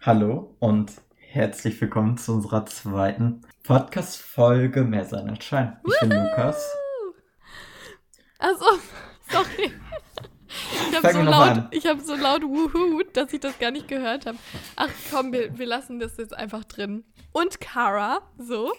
Hallo und herzlich willkommen zu unserer zweiten Podcast-Folge Mehr sein als Schein. Ich bin Lukas. Woohoo! Also, sorry. Fangen wir nochmal an. Ich habe so laut Woohoo, dass ich das gar nicht gehört habe. Ach komm, wir lassen das jetzt einfach drin. Und Kara, so.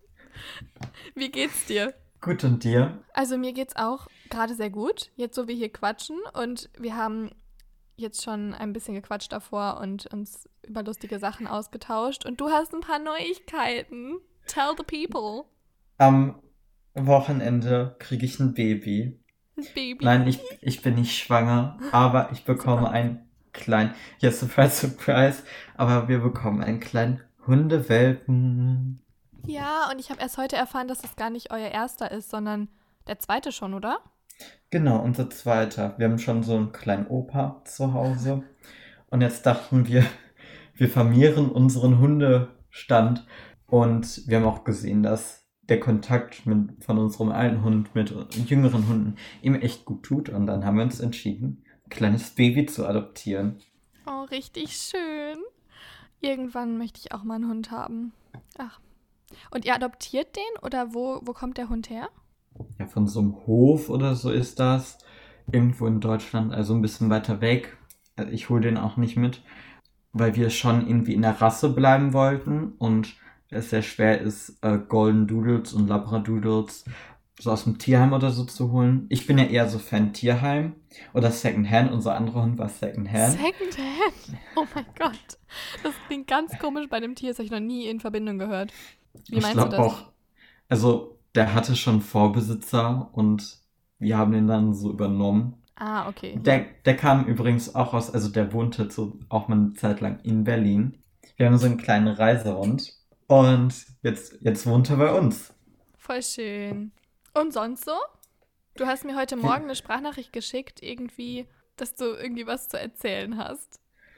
Wie geht's dir? Gut, und dir? Also mir geht's auch gerade sehr gut. Jetzt so wie hier quatschen und wir haben jetzt schon ein bisschen gequatscht davor und uns über lustige Sachen ausgetauscht. Und du hast ein paar Neuigkeiten. Tell the people. Am Wochenende kriege ich ein Baby. Baby. Nein, ich bin nicht schwanger, aber ich bekomme Surprise. einen kleinen, ja, surprise, surprise, aber wir bekommen einen kleinen Hundewelpen. Ja, und ich habe erst heute erfahren, dass es gar nicht euer erster ist, sondern der zweite schon, oder? Genau, unser zweiter. Wir haben schon so einen kleinen Opa zu Hause. Und jetzt dachten wir vermehren unseren Hundestand. Und wir haben auch gesehen, dass der Kontakt von unserem alten Hund mit jüngeren Hunden ihm echt gut tut. Und dann haben wir uns entschieden, ein kleines Baby zu adoptieren. Oh, richtig schön. Irgendwann möchte ich auch mal einen Hund haben. Ach. Und ihr adoptiert den oder wo kommt der Hund her? Ja, von so einem Hof oder so ist das. Irgendwo in Deutschland, also ein bisschen weiter weg. Also ich hole den auch nicht mit, weil wir schon irgendwie in der Rasse bleiben wollten und es sehr schwer ist, Golden Doodles und Labradoodles so aus dem Tierheim oder so zu holen. Ich bin ja eher so Fan Tierheim oder Secondhand. Unser anderer Hund war Secondhand. Secondhand? Oh mein Gott. Das klingt ganz komisch bei dem Tier. Das habe ich noch nie in Verbindung gehört. Wie Ich meinst du glaube das? auch, also der hatte schon Vorbesitzer und wir haben den dann so übernommen. Ah, okay, ja. Der kam übrigens auch aus, also der wohnte so auch mal eine Zeit lang in Berlin. Wir haben so einen kleinen Reisehund und jetzt wohnt er bei uns. Voll schön. Und sonst so? Du hast mir heute Morgen eine Sprachnachricht geschickt, irgendwie, dass du irgendwie was zu erzählen hast.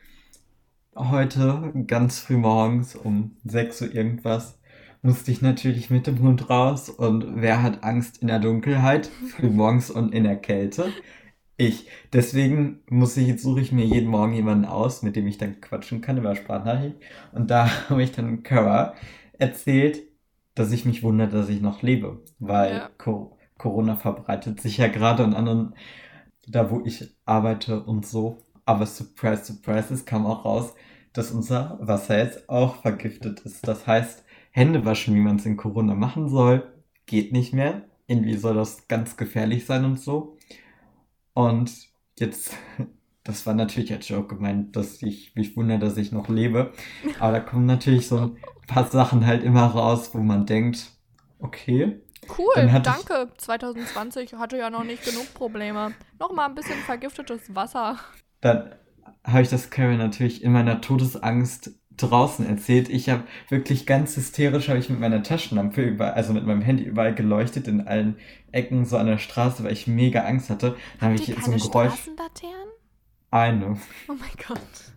Heute, ganz früh morgens um 6 Uhr irgendwas, musste ich natürlich mit dem Hund raus und wer hat Angst in der Dunkelheit, früh morgens und in der Kälte? Ich. Deswegen suche ich mir jeden Morgen jemanden aus, mit dem ich dann quatschen kann über Sprachnachricht. Und da habe ich dann Kara erzählt, dass ich mich wundere, dass ich noch lebe. Weil Ja. Corona verbreitet sich ja gerade und anderen, da wo ich arbeite und so. Aber surprise, surprise, es kam auch raus, dass unser Wasser jetzt auch vergiftet ist. Das heißt, Hände waschen, wie man es in Corona machen soll, geht nicht mehr. Irgendwie soll das ganz gefährlich sein und so. Und jetzt, das war natürlich als Joke gemeint, dass ich mich wundere, dass ich noch lebe. Aber da kommen natürlich so ein paar Sachen halt immer raus, wo man denkt, okay, dann Cool, hatte ich, danke. 2020 hatte ja noch nicht genug Probleme. Nochmal ein bisschen vergiftetes Wasser. dann habe ich das Carrie natürlich in meiner Todesangst draußen erzählt. Ich habe wirklich ganz hysterisch, habe ich mit meiner Taschenlampe überall, also mit meinem Handy überall geleuchtet in allen Ecken so an der Straße, weil ich mega Angst hatte. Dann habe Habt ihr ich so keine ein Geräusch, Straßenlaternen? eine. Oh mein Gott.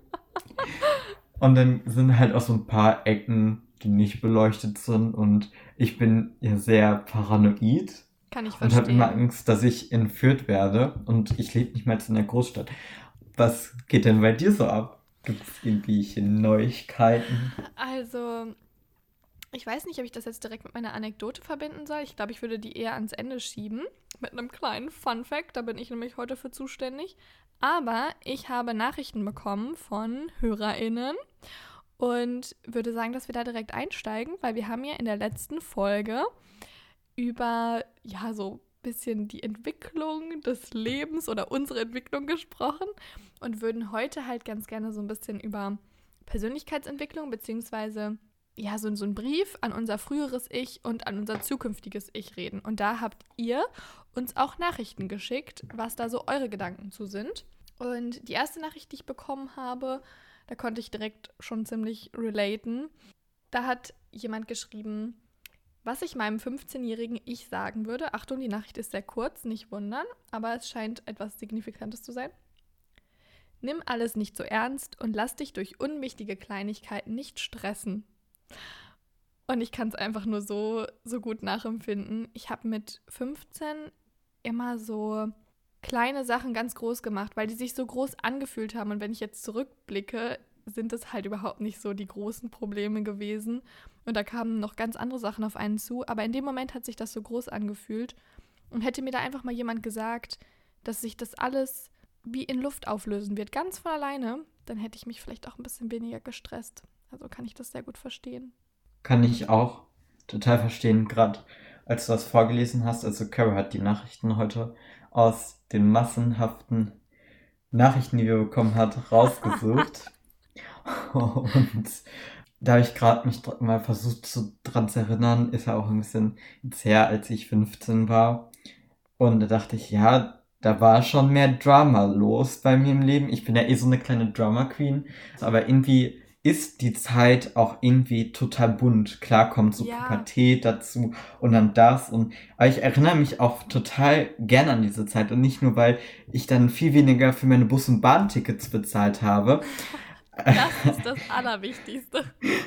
Und dann sind halt auch so ein paar Ecken, die nicht beleuchtet sind. Und ich bin ja sehr paranoid Kann ich und habe immer verstehen. Angst, dass ich entführt werde. Und ich lebe nicht mal in der Großstadt. Was geht denn bei dir so ab? Gibt es irgendwelche Neuigkeiten? Also, ich weiß nicht, ob ich das jetzt direkt mit meiner Anekdote verbinden soll. Ich glaube, ich würde die eher ans Ende schieben. Mit einem kleinen Fun-Fact. Da bin ich nämlich heute für zuständig. Aber ich habe Nachrichten bekommen von HörerInnen und würde sagen, dass wir da direkt einsteigen, weil wir haben ja in der letzten Folge über, ja, so ein bisschen die Entwicklung des Lebens oder unsere Entwicklung gesprochen und würden heute halt ganz gerne so ein bisschen über Persönlichkeitsentwicklung beziehungsweise ja, so ein Brief an unser früheres Ich und an unser zukünftiges Ich reden. Und da habt ihr uns auch Nachrichten geschickt, was da so eure Gedanken zu sind. Und die erste Nachricht, die ich bekommen habe, da konnte ich direkt schon ziemlich relaten. Da hat jemand geschrieben, was ich meinem 15-jährigen Ich sagen würde. Achtung, die Nachricht ist sehr kurz, nicht wundern, aber es scheint etwas Signifikantes zu sein. Nimm alles nicht so ernst und lass dich durch unwichtige Kleinigkeiten nicht stressen. Und ich kann es einfach nur so gut nachempfinden. Ich habe mit 15 immer so kleine Sachen ganz groß gemacht, weil die sich so groß angefühlt haben. Und wenn ich jetzt zurückblicke, sind es halt überhaupt nicht so die großen Probleme gewesen. Und da kamen noch ganz andere Sachen auf einen zu. Aber in dem Moment hat sich das so groß angefühlt. Und hätte mir da einfach mal jemand gesagt, dass sich das alles wie in Luft auflösen wird, ganz von alleine, dann hätte ich mich vielleicht auch ein bisschen weniger gestresst. Also kann ich das sehr gut verstehen. Kann ich auch total verstehen, gerade als du das vorgelesen hast. Also Caro hat die Nachrichten heute aus den massenhaften Nachrichten, die wir bekommen hat, rausgesucht. Und da habe ich gerade mich mal versucht dran zu erinnern, ist ja auch ein bisschen jetzt her, als ich 15 war. Und da dachte ich, ja, da war schon mehr Drama los bei mir im Leben. Ich bin ja eh so eine kleine Drama Queen. Aber irgendwie ist die Zeit auch irgendwie total bunt. Klar kommt so Ja. Pubertät dazu und dann das. Aber ich erinnere mich auch total gerne an diese Zeit. Und nicht nur, weil ich dann viel weniger für meine Bus- und Bahntickets bezahlt habe. Das ist das Allerwichtigste.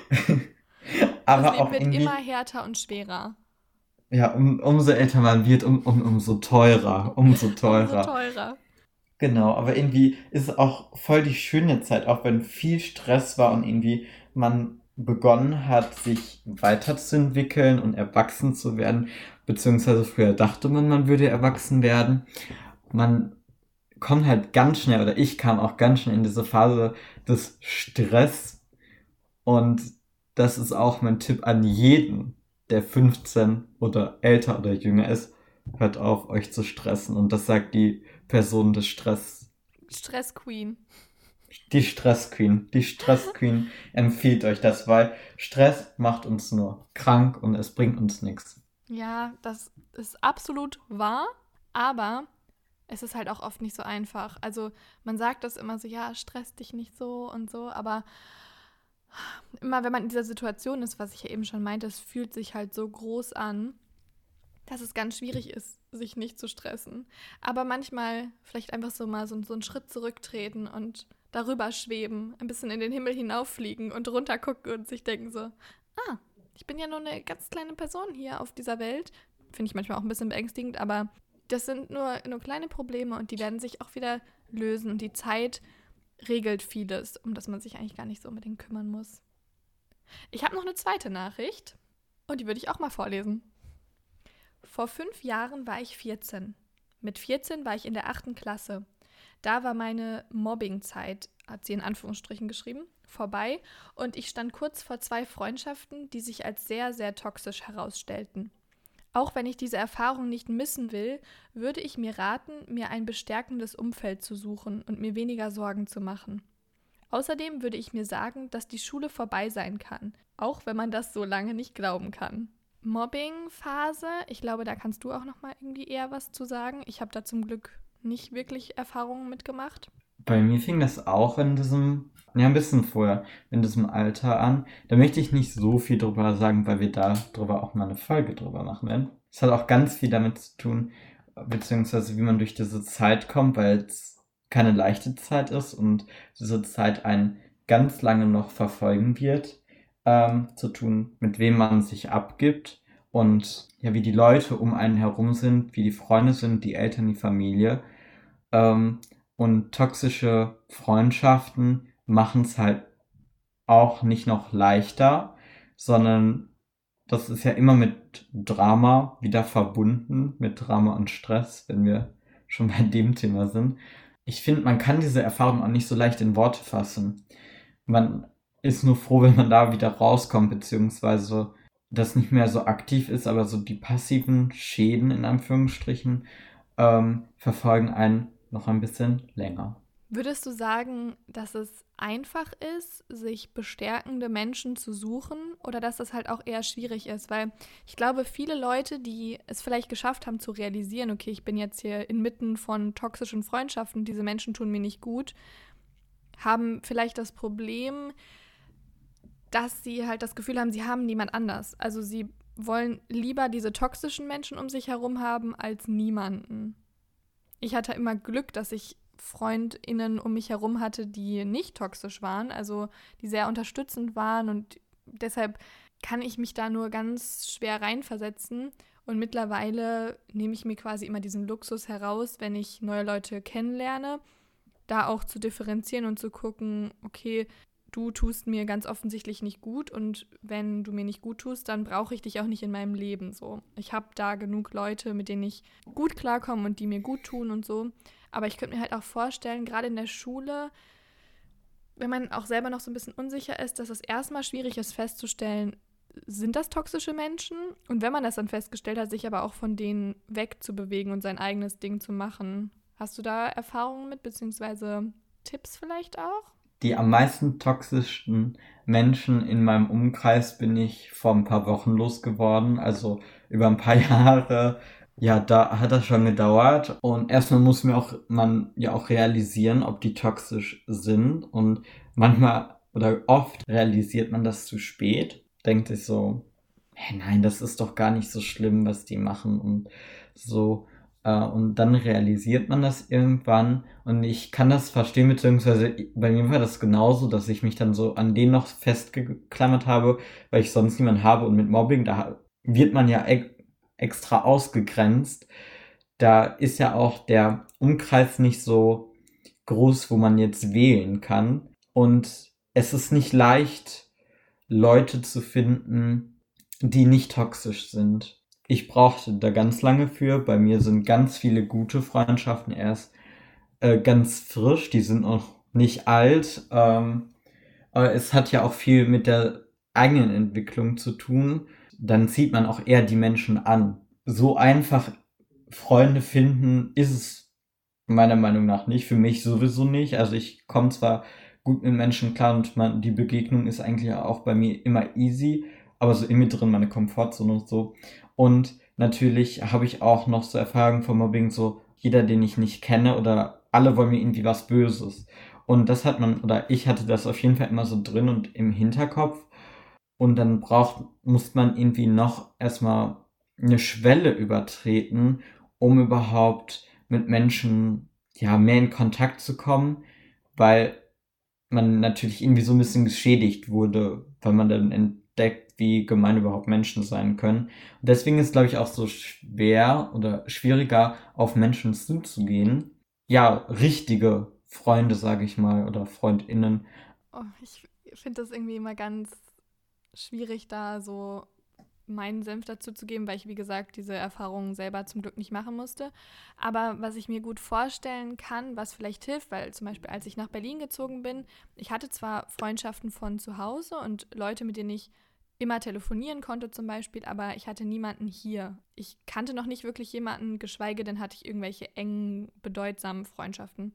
Aber Das Leben auch wird irgendwie, immer härter und schwerer. ja, umso älter man wird, umso teurer. Umso Umso teurer. teurer. Genau, aber irgendwie ist es auch voll die schöne Zeit, auch wenn viel Stress war und irgendwie man begonnen hat, sich weiterzuentwickeln und erwachsen zu werden, beziehungsweise früher dachte man würde erwachsen werden. Man kommt halt ganz schnell, oder ich kam auch ganz schnell in diese Phase des Stress, und das ist auch mein Tipp an jeden, der 15 oder älter oder jünger ist: hört auf, euch zu stressen. Und das sagt die Person des Stress. Stress-Queen. Die Stress-Queen. Die Stress-Queen empfiehlt euch das, weil Stress macht uns nur krank und es bringt uns nichts. Ja, das ist absolut wahr, aber es ist halt auch oft nicht so einfach. Also man sagt das immer so, ja, stress dich nicht so und so, aber immer wenn man in dieser Situation ist, was ich ja eben schon meinte, es fühlt sich halt so groß an, dass es ganz schwierig ist, sich nicht zu stressen. Aber manchmal vielleicht einfach so mal so einen Schritt zurücktreten und darüber schweben, ein bisschen in den Himmel hinauffliegen und runter gucken und sich denken so, ich bin ja nur eine ganz kleine Person hier auf dieser Welt. Finde ich manchmal auch ein bisschen beängstigend, aber das sind nur kleine Probleme und die werden sich auch wieder lösen. Und die Zeit regelt vieles, um das man sich eigentlich gar nicht so unbedingt kümmern muss. Ich habe noch eine zweite Nachricht und die würde ich auch mal vorlesen. Vor 5 Jahren war ich 14. Mit 14 war ich in der 8. Klasse. Da war meine Mobbing-Zeit, hat sie in Anführungsstrichen geschrieben, vorbei und ich stand kurz vor 2 Freundschaften, die sich als sehr, sehr toxisch herausstellten. Auch wenn ich diese Erfahrung nicht missen will, würde ich mir raten, mir ein bestärkendes Umfeld zu suchen und mir weniger Sorgen zu machen. Außerdem würde ich mir sagen, dass die Schule vorbei sein kann, auch wenn man das so lange nicht glauben kann. Mobbing-Phase, ich glaube, da kannst du auch noch mal irgendwie eher was zu sagen. Ich habe da zum Glück nicht wirklich Erfahrungen mitgemacht. Bei mir fing das auch ein bisschen vorher, in diesem Alter an. Da möchte ich nicht so viel drüber sagen, weil wir da drüber auch mal eine Folge drüber machen werden. Es hat auch ganz viel damit zu tun, beziehungsweise wie man durch diese Zeit kommt, weil es keine leichte Zeit ist und diese Zeit einen ganz lange noch verfolgen wird, zu tun, mit wem man sich abgibt und ja, wie die Leute um einen herum sind, wie die Freunde sind, die Eltern, die Familie. Und toxische Freundschaften machen es halt auch nicht noch leichter, sondern das ist ja immer mit Drama wieder verbunden, mit Drama und Stress, wenn wir schon bei dem Thema sind. Ich finde, man kann diese Erfahrung auch nicht so leicht in Worte fassen. Man ist nur froh, wenn man da wieder rauskommt, beziehungsweise das nicht mehr so aktiv ist, aber so die passiven Schäden in Anführungsstrichen verfolgen einen noch ein bisschen länger. Würdest du sagen, dass es einfach ist, sich bestärkende Menschen zu suchen oder dass das halt auch eher schwierig ist? Weil ich glaube, viele Leute, die es vielleicht geschafft haben zu realisieren, okay, ich bin jetzt hier inmitten von toxischen Freundschaften, diese Menschen tun mir nicht gut, haben vielleicht das Problem, dass sie halt das Gefühl haben, sie haben niemand anders. Also sie wollen lieber diese toxischen Menschen um sich herum haben als niemanden. Ich hatte immer Glück, dass ich FreundInnen um mich herum hatte, die nicht toxisch waren, also die sehr unterstützend waren und deshalb kann ich mich da nur ganz schwer reinversetzen und mittlerweile nehme ich mir quasi immer diesen Luxus heraus, wenn ich neue Leute kennenlerne, da auch zu differenzieren und zu gucken, okay, du tust mir ganz offensichtlich nicht gut und wenn du mir nicht gut tust, dann brauche ich dich auch nicht in meinem Leben so. Ich habe da genug Leute, mit denen ich gut klarkomme und die mir gut tun und so. Aber ich könnte mir halt auch vorstellen, gerade in der Schule, wenn man auch selber noch so ein bisschen unsicher ist, dass es erstmal schwierig ist festzustellen, sind das toxische Menschen? Und wenn man das dann festgestellt hat, sich aber auch von denen wegzubewegen und sein eigenes Ding zu machen. Hast du da Erfahrungen mit, beziehungsweise Tipps vielleicht auch? Die am meisten toxischen Menschen in meinem Umkreis bin ich vor ein paar Wochen losgeworden, also über ein paar Jahre. Ja, da hat das schon gedauert. Und erstmal muss man ja auch realisieren, ob die toxisch sind. Und manchmal oder oft realisiert man das zu spät. Denkt sich so, hey, nein, das ist doch gar nicht so schlimm, was die machen und so. Und dann realisiert man das irgendwann und ich kann das verstehen, beziehungsweise bei mir war das genauso, dass ich mich dann so an den noch festgeklammert habe, weil ich sonst niemanden habe und mit Mobbing, da wird man ja extra ausgegrenzt. Da ist ja auch der Umkreis nicht so groß, wo man jetzt wählen kann und es ist nicht leicht, Leute zu finden, die nicht toxisch sind. Ich brauchte da ganz lange für. Bei mir sind ganz viele gute Freundschaften erst ganz frisch. Die sind noch nicht alt. Aber es hat ja auch viel mit der eigenen Entwicklung zu tun. Dann zieht man auch eher die Menschen an. So einfach Freunde finden ist es meiner Meinung nach nicht. Für mich sowieso nicht. Also ich komme zwar gut mit Menschen klar und die Begegnung ist eigentlich auch bei mir immer easy, aber so in mir drin meine Komfortzone und so. Und natürlich habe ich auch noch so Erfahrungen vom Mobbing, so jeder, den ich nicht kenne oder alle wollen mir irgendwie was Böses. Und das hat man, oder ich hatte das auf jeden Fall immer so drin und im Hinterkopf. Und dann muss man irgendwie noch erstmal eine Schwelle übertreten, um überhaupt mit Menschen ja mehr in Kontakt zu kommen, weil man natürlich irgendwie so ein bisschen geschädigt wurde, weil man dann entdeckt, wie gemein überhaupt Menschen sein können. Und deswegen ist, glaube ich, auch so schwer oder schwieriger, auf Menschen zuzugehen. Ja, richtige Freunde, sage ich mal, oder FreundInnen. Oh, ich finde das irgendwie immer ganz schwierig, da so meinen Senf dazu zu geben, weil ich, wie gesagt, diese Erfahrungen selber zum Glück nicht machen musste. Aber was ich mir gut vorstellen kann, was vielleicht hilft, weil zum Beispiel, als ich nach Berlin gezogen bin, ich hatte zwar Freundschaften von zu Hause und Leute, mit denen ich immer telefonieren konnte zum Beispiel, aber ich hatte niemanden hier. Ich kannte noch nicht wirklich jemanden, geschweige denn hatte ich irgendwelche engen, bedeutsamen Freundschaften.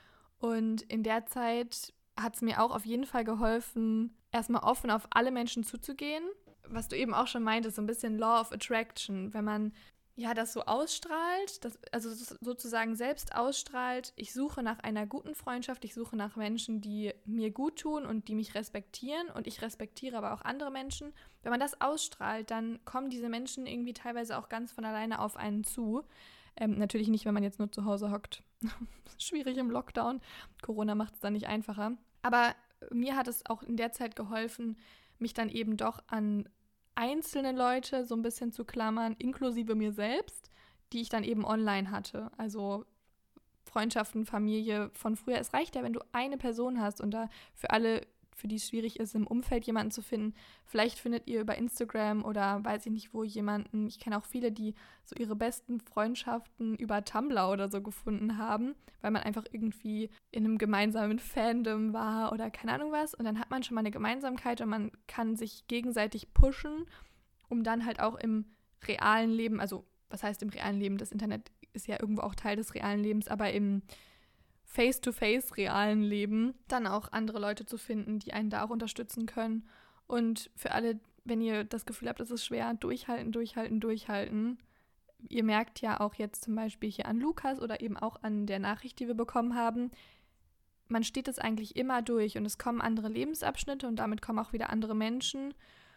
Und in der Zeit hat es mir auch auf jeden Fall geholfen, erstmal offen auf alle Menschen zuzugehen. Was du eben auch schon meintest, so ein bisschen Law of Attraction, wenn man ja das so ausstrahlt, also sozusagen selbst ausstrahlt, ich suche nach einer guten Freundschaft, ich suche nach Menschen, die mir gut tun und die mich respektieren und ich respektiere aber auch andere Menschen. Wenn man das ausstrahlt, dann kommen diese Menschen irgendwie teilweise auch ganz von alleine auf einen zu. Natürlich nicht, wenn man jetzt nur zu Hause hockt. Schwierig im Lockdown. Corona macht es dann nicht einfacher. Aber mir hat es auch in der Zeit geholfen, mich dann eben doch an einzelne Leute so ein bisschen zu klammern, inklusive mir selbst, die ich dann eben online hatte. Also Freundschaften, Familie von früher. Es reicht ja, wenn du eine Person hast und da für alle, für die es schwierig ist, im Umfeld jemanden zu finden. Vielleicht findet ihr über Instagram oder weiß ich nicht wo jemanden. Ich kenne auch viele, die so ihre besten Freundschaften über Tumblr oder so gefunden haben, weil man einfach irgendwie in einem gemeinsamen Fandom war oder keine Ahnung was. Und dann hat man schon mal eine Gemeinsamkeit und man kann sich gegenseitig pushen, um dann halt auch im realen Leben, also was heißt im realen Leben, das Internet ist ja irgendwo auch Teil des realen Lebens, aber im face-to-face realen Leben dann auch andere Leute zu finden, die einen da auch unterstützen können. Und für alle, wenn ihr das Gefühl habt, es ist schwer, durchhalten, durchhalten, durchhalten. Ihr merkt ja auch jetzt zum Beispiel hier an Lukas oder eben auch an der Nachricht, die wir bekommen haben, man steht es eigentlich immer durch und es kommen andere Lebensabschnitte und damit kommen auch wieder andere Menschen.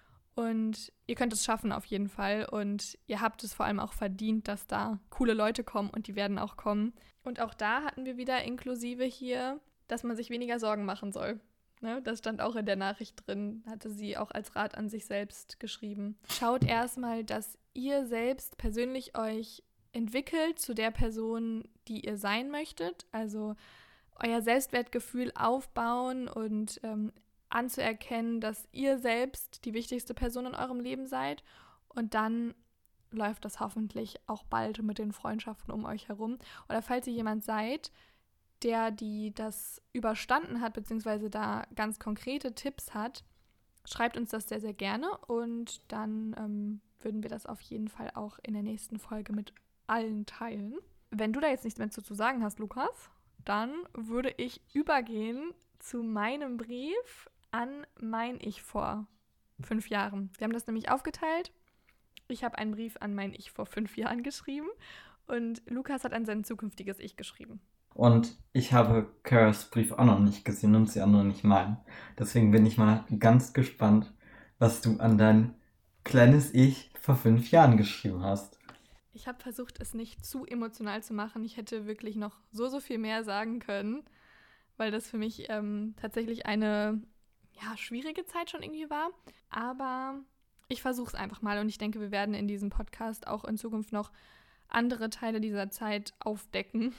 Und ihr könnt es schaffen auf jeden Fall und ihr habt es vor allem auch verdient, dass da coole Leute kommen und die werden auch kommen. Und auch da hatten wir wieder inklusive hier, dass man sich weniger Sorgen machen soll. Ne? Das stand auch in der Nachricht drin, hatte sie auch als Rat an sich selbst geschrieben. Schaut erstmal, dass ihr selbst persönlich euch entwickelt zu der Person, die ihr sein möchtet. Also euer Selbstwertgefühl aufbauen und anzuerkennen, dass ihr selbst die wichtigste Person in eurem Leben seid. Und dann läuft das hoffentlich auch bald mit den Freundschaften um euch herum. Oder falls ihr jemand seid, die das überstanden hat, beziehungsweise da ganz konkrete Tipps hat, schreibt uns das sehr, sehr gerne. Und dann würden wir das auf jeden Fall auch in der nächsten Folge mit allen teilen. Wenn du da jetzt nichts mehr zu sagen hast, Lukas, dann würde ich übergehen zu meinem Brief an mein Ich vor 5 Jahren. Wir haben das nämlich aufgeteilt. Ich habe einen Brief an mein Ich vor 5 Jahren geschrieben und Lukas hat an sein zukünftiges Ich geschrieben. Und ich habe Caras Brief auch noch nicht gesehen und sie auch noch nicht meinen. Deswegen bin ich mal ganz gespannt, was du an dein kleines Ich vor 5 Jahren geschrieben hast. Ich habe versucht, es nicht zu emotional zu machen. Ich hätte wirklich noch so viel mehr sagen können, weil das für mich tatsächlich eine schwierige Zeit schon irgendwie war. Aber ich versuche es einfach mal und ich denke, wir werden in diesem Podcast auch in Zukunft noch andere Teile dieser Zeit aufdecken.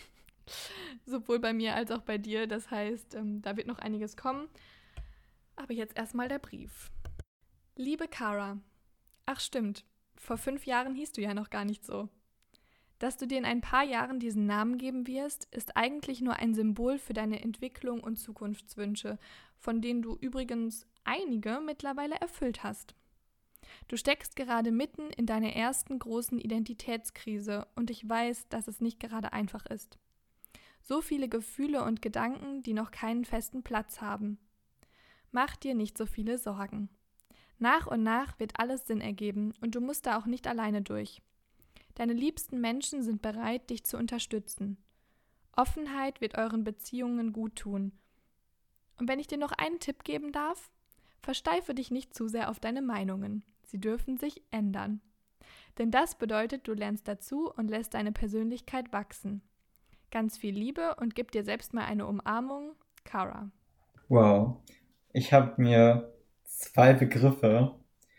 Sowohl bei mir als auch bei dir. Das heißt, da wird noch einiges kommen. Aber jetzt erstmal der Brief. Liebe Cara, ach stimmt, vor 5 Jahren hießt du ja noch gar nicht so. Dass du dir in ein paar Jahren diesen Namen geben wirst, ist eigentlich nur ein Symbol für deine Entwicklung und Zukunftswünsche, von denen du übrigens einige mittlerweile erfüllt hast. Du steckst gerade mitten in deiner ersten großen Identitätskrise und ich weiß, dass es nicht gerade einfach ist. So viele Gefühle und Gedanken, die noch keinen festen Platz haben. Mach dir nicht so viele Sorgen. Nach und nach wird alles Sinn ergeben und du musst da auch nicht alleine durch. Deine liebsten Menschen sind bereit, dich zu unterstützen. Offenheit wird euren Beziehungen gut tun. Und wenn ich dir noch einen Tipp geben darf, versteife dich nicht zu sehr auf deine Meinungen. Sie dürfen sich ändern. Denn das bedeutet, du lernst dazu und lässt deine Persönlichkeit wachsen. Ganz viel Liebe und gib dir selbst mal eine Umarmung, Cara. Wow. Ich habe mir 2 Begriffe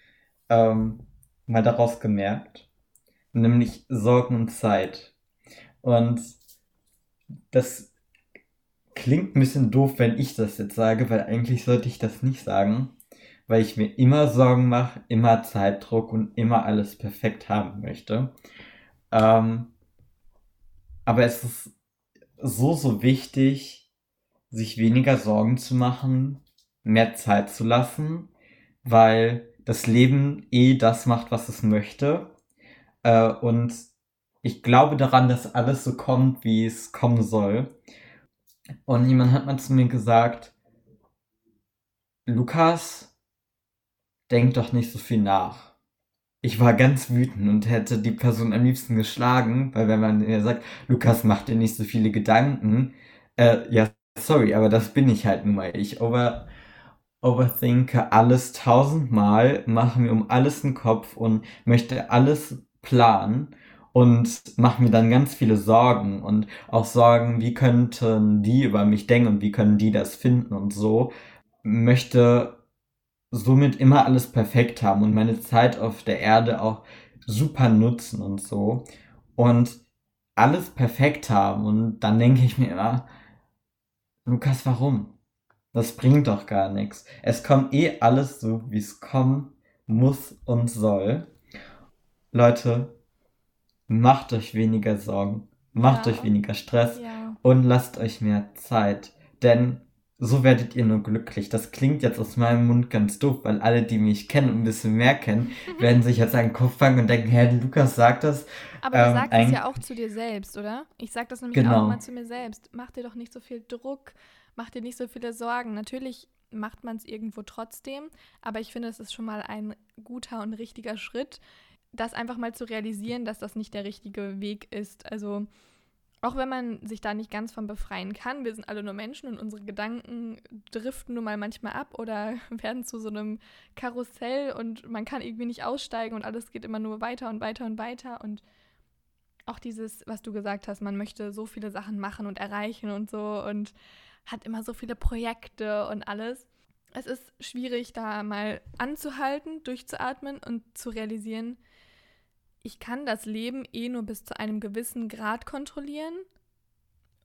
mal daraus gemerkt, nämlich Sorgen und Zeit. Und das klingt ein bisschen doof, wenn ich das jetzt sage, weil eigentlich sollte ich das nicht sagen, weil ich mir immer Sorgen mache, immer Zeitdruck und immer alles perfekt haben möchte. Aber es ist so wichtig, sich weniger Sorgen zu machen, mehr Zeit zu lassen, weil das Leben das macht, was es möchte. Und ich glaube daran, dass alles so kommt, wie es kommen soll. Und jemand hat mal zu mir gesagt, Lukas, denk doch nicht so viel nach. Ich war ganz wütend und hätte die Person am liebsten geschlagen, weil wenn man mir sagt, Lukas, mach dir nicht so viele Gedanken, ja, sorry, aber das bin ich halt nun mal. Ich overthinke alles 1000-mal, mache mir um alles einen Kopf und möchte alles planen und mache mir dann ganz viele Sorgen und auch Sorgen, wie könnten die über mich denken und wie können die das finden und so. Möchte somit immer alles perfekt haben und meine Zeit auf der Erde auch super nutzen und so und alles perfekt haben und dann denke ich mir immer, Lukas, warum? Das bringt doch gar nichts. Es kommt alles so, wie es kommen muss und soll. Leute, macht euch weniger Sorgen, macht euch weniger Stress und lasst euch mehr Zeit, denn so werdet ihr nur glücklich. Das klingt jetzt aus meinem Mund ganz doof, weil alle, die mich kennen und ein bisschen mehr kennen, werden sich jetzt an den Kopf fangen und denken, hä, Lukas sagt das. Aber du sagst es ja auch zu dir selbst, oder? Ich sag das nämlich auch immer zu mir selbst. Mach dir doch nicht so viel Druck, mach dir nicht so viele Sorgen. Natürlich macht man es irgendwo trotzdem, aber ich finde, es ist schon mal ein guter und richtiger Schritt, das einfach mal zu realisieren, dass das nicht der richtige Weg ist. Also auch wenn man sich da nicht ganz von befreien kann, wir sind alle nur Menschen und unsere Gedanken driften nun mal manchmal ab oder werden zu so einem Karussell und man kann irgendwie nicht aussteigen und alles geht immer nur weiter und weiter und weiter. Und auch dieses, was du gesagt hast, man möchte so viele Sachen machen und erreichen und so und hat immer so viele Projekte und alles. Es ist schwierig, da mal anzuhalten, durchzuatmen und zu realisieren, ich kann das Leben nur bis zu einem gewissen Grad kontrollieren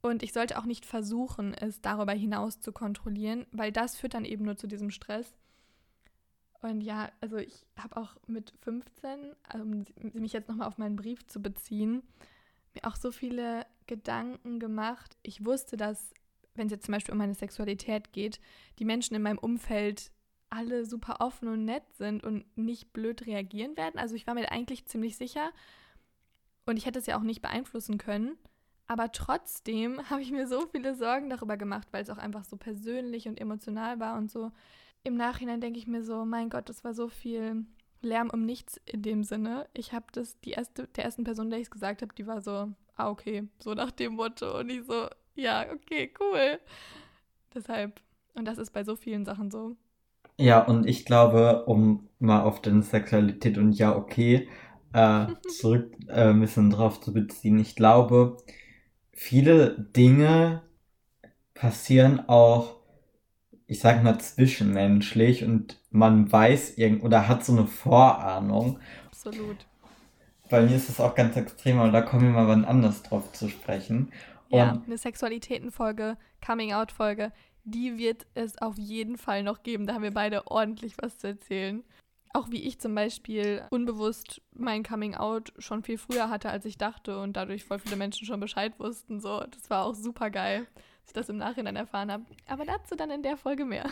Und ich sollte auch nicht versuchen, es darüber hinaus zu kontrollieren, weil das führt dann eben nur zu diesem Stress. Und ja, also ich habe auch mit 15, also um mich jetzt nochmal auf meinen Brief zu beziehen, mir auch so viele Gedanken gemacht. Ich wusste, dass, wenn es jetzt zum Beispiel um meine Sexualität geht, die Menschen in meinem Umfeld alle super offen und nett sind und nicht blöd reagieren werden. Also ich war mir eigentlich ziemlich sicher und ich hätte es ja auch nicht beeinflussen können. Aber trotzdem habe ich mir so viele Sorgen darüber gemacht, weil es auch einfach so persönlich und emotional war und so. Im Nachhinein denke ich mir so, mein Gott, das war so viel Lärm um nichts in dem Sinne. Ich habe das, der ersten Person, der ich es gesagt habe, die war so, okay, so nach dem Motto. Und ich so, ja, okay, cool. Deshalb, und das ist bei so vielen Sachen so. Ja, und ich glaube, um mal auf deine Sexualität und ja, okay, zurück ein bisschen drauf zu beziehen, ich glaube, viele Dinge passieren auch, ich sag mal, zwischenmenschlich und man weiß oder hat so eine Vorahnung. Absolut. Bei mir ist das auch ganz extrem, aber da kommen wir mal wann anders drauf zu sprechen. Ja, Und eine Sexualitätenfolge, Coming-out-Folge, die wird es auf jeden Fall noch geben. Da haben wir beide ordentlich was zu erzählen. Auch wie ich zum Beispiel unbewusst mein Coming-out schon viel früher hatte, als ich dachte und dadurch voll viele Menschen schon Bescheid wussten. So, das war auch super geil, dass ich das im Nachhinein erfahren habe. Aber dazu dann in der Folge mehr.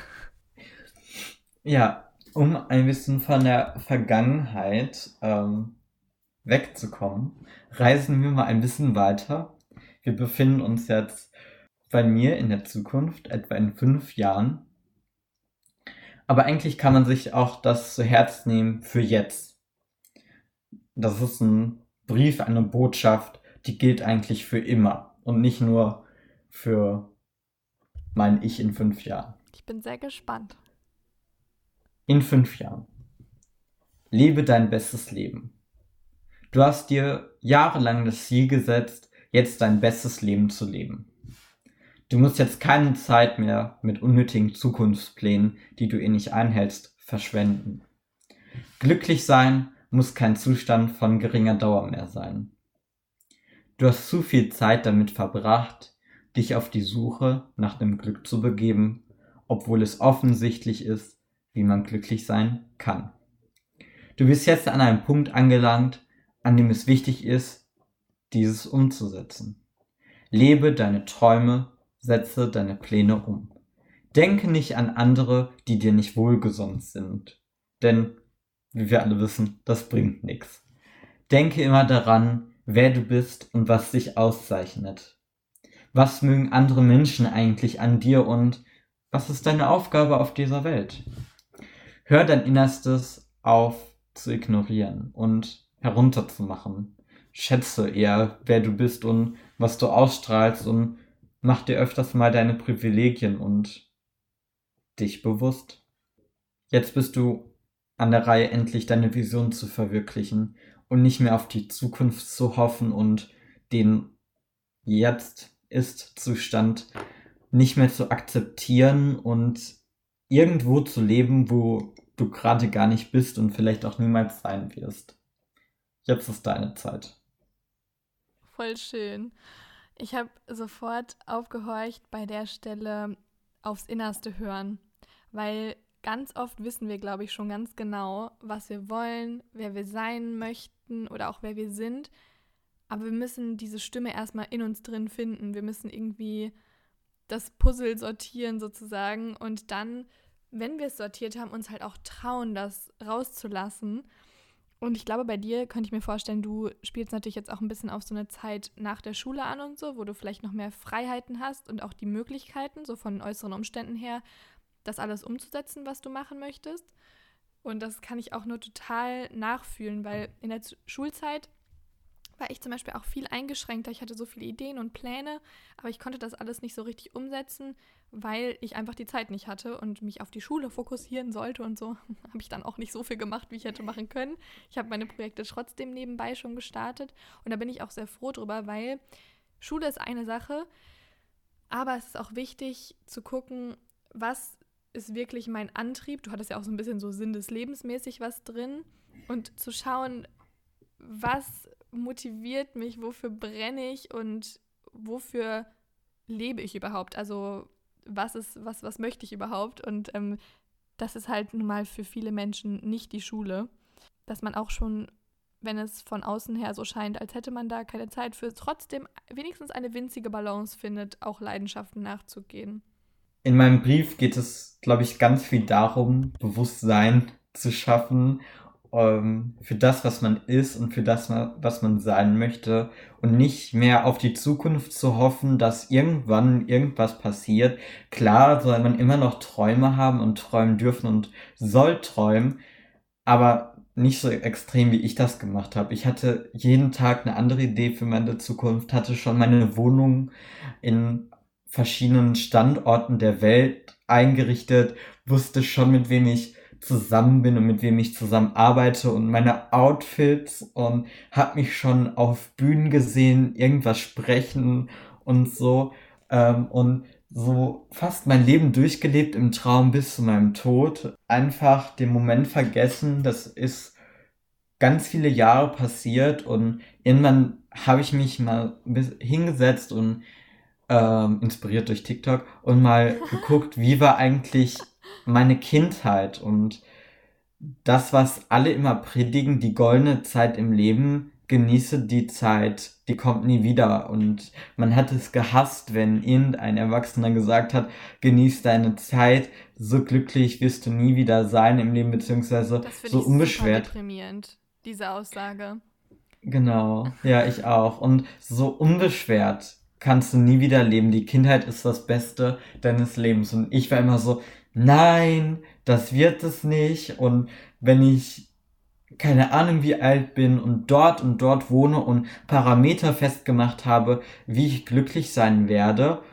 ja, um ein bisschen von der Vergangenheit wegzukommen, reisen wir mal ein bisschen weiter. Wir befinden uns jetzt bei mir in der Zukunft, etwa in 5 Jahren. Aber eigentlich kann man sich auch das zu Herz nehmen für jetzt. Das ist ein Brief, eine Botschaft, die gilt eigentlich für immer und nicht nur für mein Ich in 5 Jahren. Ich bin sehr gespannt. In 5 Jahren. Lebe dein bestes Leben. Du hast dir jahrelang das Ziel gesetzt, jetzt dein bestes Leben zu leben. Du musst jetzt keine Zeit mehr mit unnötigen Zukunftsplänen, die du nicht einhältst, verschwenden. Glücklich sein muss kein Zustand von geringer Dauer mehr sein. Du hast zu viel Zeit damit verbracht, dich auf die Suche nach dem Glück zu begeben, obwohl es offensichtlich ist, wie man glücklich sein kann. Du bist jetzt an einem Punkt angelangt, an dem es wichtig ist, dieses umzusetzen. Lebe deine Träume, setze deine Pläne um. Denke nicht an andere, die dir nicht wohlgesonnen sind. Denn, wie wir alle wissen, das bringt nichts. Denke immer daran, wer du bist und was dich auszeichnet. Was mögen andere Menschen eigentlich an dir und was ist deine Aufgabe auf dieser Welt? Hör dein Innerstes auf zu ignorieren und herunterzumachen. Schätze eher, wer du bist und was du ausstrahlst und mach dir öfters mal deine Privilegien und dich bewusst. Jetzt bist du an der Reihe, endlich deine Vision zu verwirklichen und nicht mehr auf die Zukunft zu hoffen und den Jetzt-Ist-Zustand nicht mehr zu akzeptieren und irgendwo zu leben, wo du gerade gar nicht bist und vielleicht auch niemals sein wirst. Jetzt ist deine Zeit. Voll schön. Ich habe sofort aufgehorcht bei der Stelle aufs Innerste hören, weil ganz oft wissen wir, glaube ich, schon ganz genau, was wir wollen, wer wir sein möchten oder auch wer wir sind. Aber wir müssen diese Stimme erstmal in uns drin finden. Wir müssen irgendwie das Puzzle sortieren sozusagen und dann, wenn wir es sortiert haben, uns halt auch trauen, das rauszulassen. Und ich glaube, bei dir könnte ich mir vorstellen, du spielst natürlich jetzt auch ein bisschen auf so eine Zeit nach der Schule an und so, wo du vielleicht noch mehr Freiheiten hast und auch die Möglichkeiten, so von äußeren Umständen her, das alles umzusetzen, was du machen möchtest. Und das kann ich auch nur total nachfühlen, weil in der Schulzeit war ich zum Beispiel auch viel eingeschränkter. Ich hatte so viele Ideen und Pläne, aber ich konnte das alles nicht so richtig umsetzen, weil ich einfach die Zeit nicht hatte und mich auf die Schule fokussieren sollte und so habe ich dann auch nicht so viel gemacht, wie ich hätte machen können. Ich habe meine Projekte trotzdem nebenbei schon gestartet und da bin ich auch sehr froh drüber, weil Schule ist eine Sache, aber es ist auch wichtig zu gucken, was ist wirklich mein Antrieb. Du hattest ja auch so ein bisschen so Sinn des Lebens mäßig was drin und zu schauen, was motiviert mich, wofür brenne ich und wofür lebe ich überhaupt? Also was möchte ich überhaupt? Und das ist halt nun mal für viele Menschen nicht die Schule, dass man auch schon, wenn es von außen her so scheint, als hätte man da keine Zeit für, trotzdem wenigstens eine winzige Balance findet, auch Leidenschaften nachzugehen. In meinem Brief geht es, glaube ich, ganz viel darum, Bewusstsein zu schaffen, für das, was man ist und für das, was man sein möchte und nicht mehr auf die Zukunft zu hoffen, dass irgendwann irgendwas passiert. Klar soll man immer noch Träume haben und träumen dürfen und soll träumen, aber nicht so extrem, wie ich das gemacht habe. Ich hatte jeden Tag eine andere Idee für meine Zukunft, hatte schon meine Wohnung in verschiedenen Standorten der Welt eingerichtet, wusste schon, mit wem ich zusammen bin und mit wem ich zusammen arbeite und meine Outfits und habe mich schon auf Bühnen gesehen, irgendwas sprechen und so. Und so fast mein Leben durchgelebt im Traum bis zu meinem Tod. Einfach den Moment vergessen, das ist ganz viele Jahre passiert und irgendwann habe ich mich mal hingesetzt und inspiriert durch TikTok und mal geguckt, wie war eigentlich meine Kindheit und das, was alle immer predigen, die goldene Zeit im Leben, genieße die Zeit, die kommt nie wieder. Und man hat es gehasst, wenn irgendein Erwachsener gesagt hat, genieß deine Zeit, so glücklich wirst du nie wieder sein im Leben, beziehungsweise Das finde so ich super unbeschwert. deprimierend, diese Aussage. Genau, ja, ich auch. Und so unbeschwert kannst du nie wieder leben. Die Kindheit ist das Beste deines Lebens. Und ich war immer so, nein, das wird es nicht. Und wenn ich keine Ahnung wie alt bin und dort wohne und Parameter festgemacht habe, wie ich glücklich sein werde,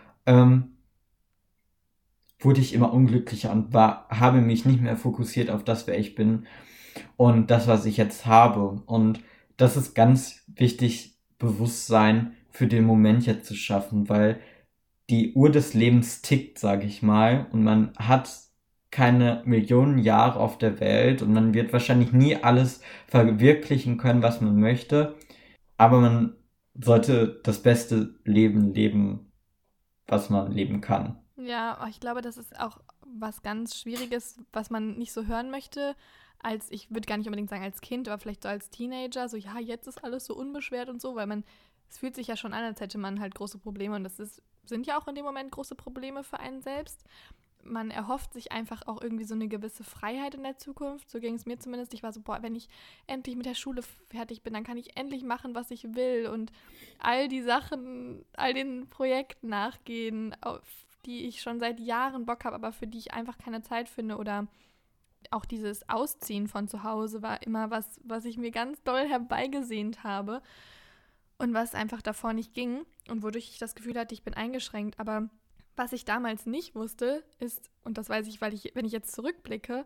wurde ich immer unglücklicher und habe mich nicht mehr fokussiert auf das, wer ich bin und das, was ich jetzt habe. Und das ist ganz wichtig, Bewusstsein für den Moment jetzt zu schaffen, weil die Uhr des Lebens tickt, sage ich mal, und man hat keine Millionen Jahre auf der Welt und man wird wahrscheinlich nie alles verwirklichen können, was man möchte, aber man sollte das beste Leben leben, was man leben kann. Ja, ich glaube, das ist auch was ganz Schwieriges, was man nicht so hören möchte, als, ich würde gar nicht unbedingt sagen als Kind, aber vielleicht so als Teenager, so ja, jetzt ist alles so unbeschwert und so, weil es fühlt sich ja schon an, als hätte man halt große Probleme und sind ja auch in dem Moment große Probleme für einen selbst. Man erhofft sich einfach auch irgendwie so eine gewisse Freiheit in der Zukunft. So ging es mir zumindest. Ich war so, boah, wenn ich endlich mit der Schule fertig bin, dann kann ich endlich machen, was ich will und all die Sachen, all den Projekten nachgehen, auf die ich schon seit Jahren Bock habe, aber für die ich einfach keine Zeit finde. Oder auch dieses Ausziehen von zu Hause war immer was ich mir ganz doll herbeigesehnt habe und was einfach davor nicht ging und wodurch ich das Gefühl hatte, ich bin eingeschränkt. Aber was ich damals nicht wusste, ist, und das weiß ich, wenn ich jetzt zurückblicke,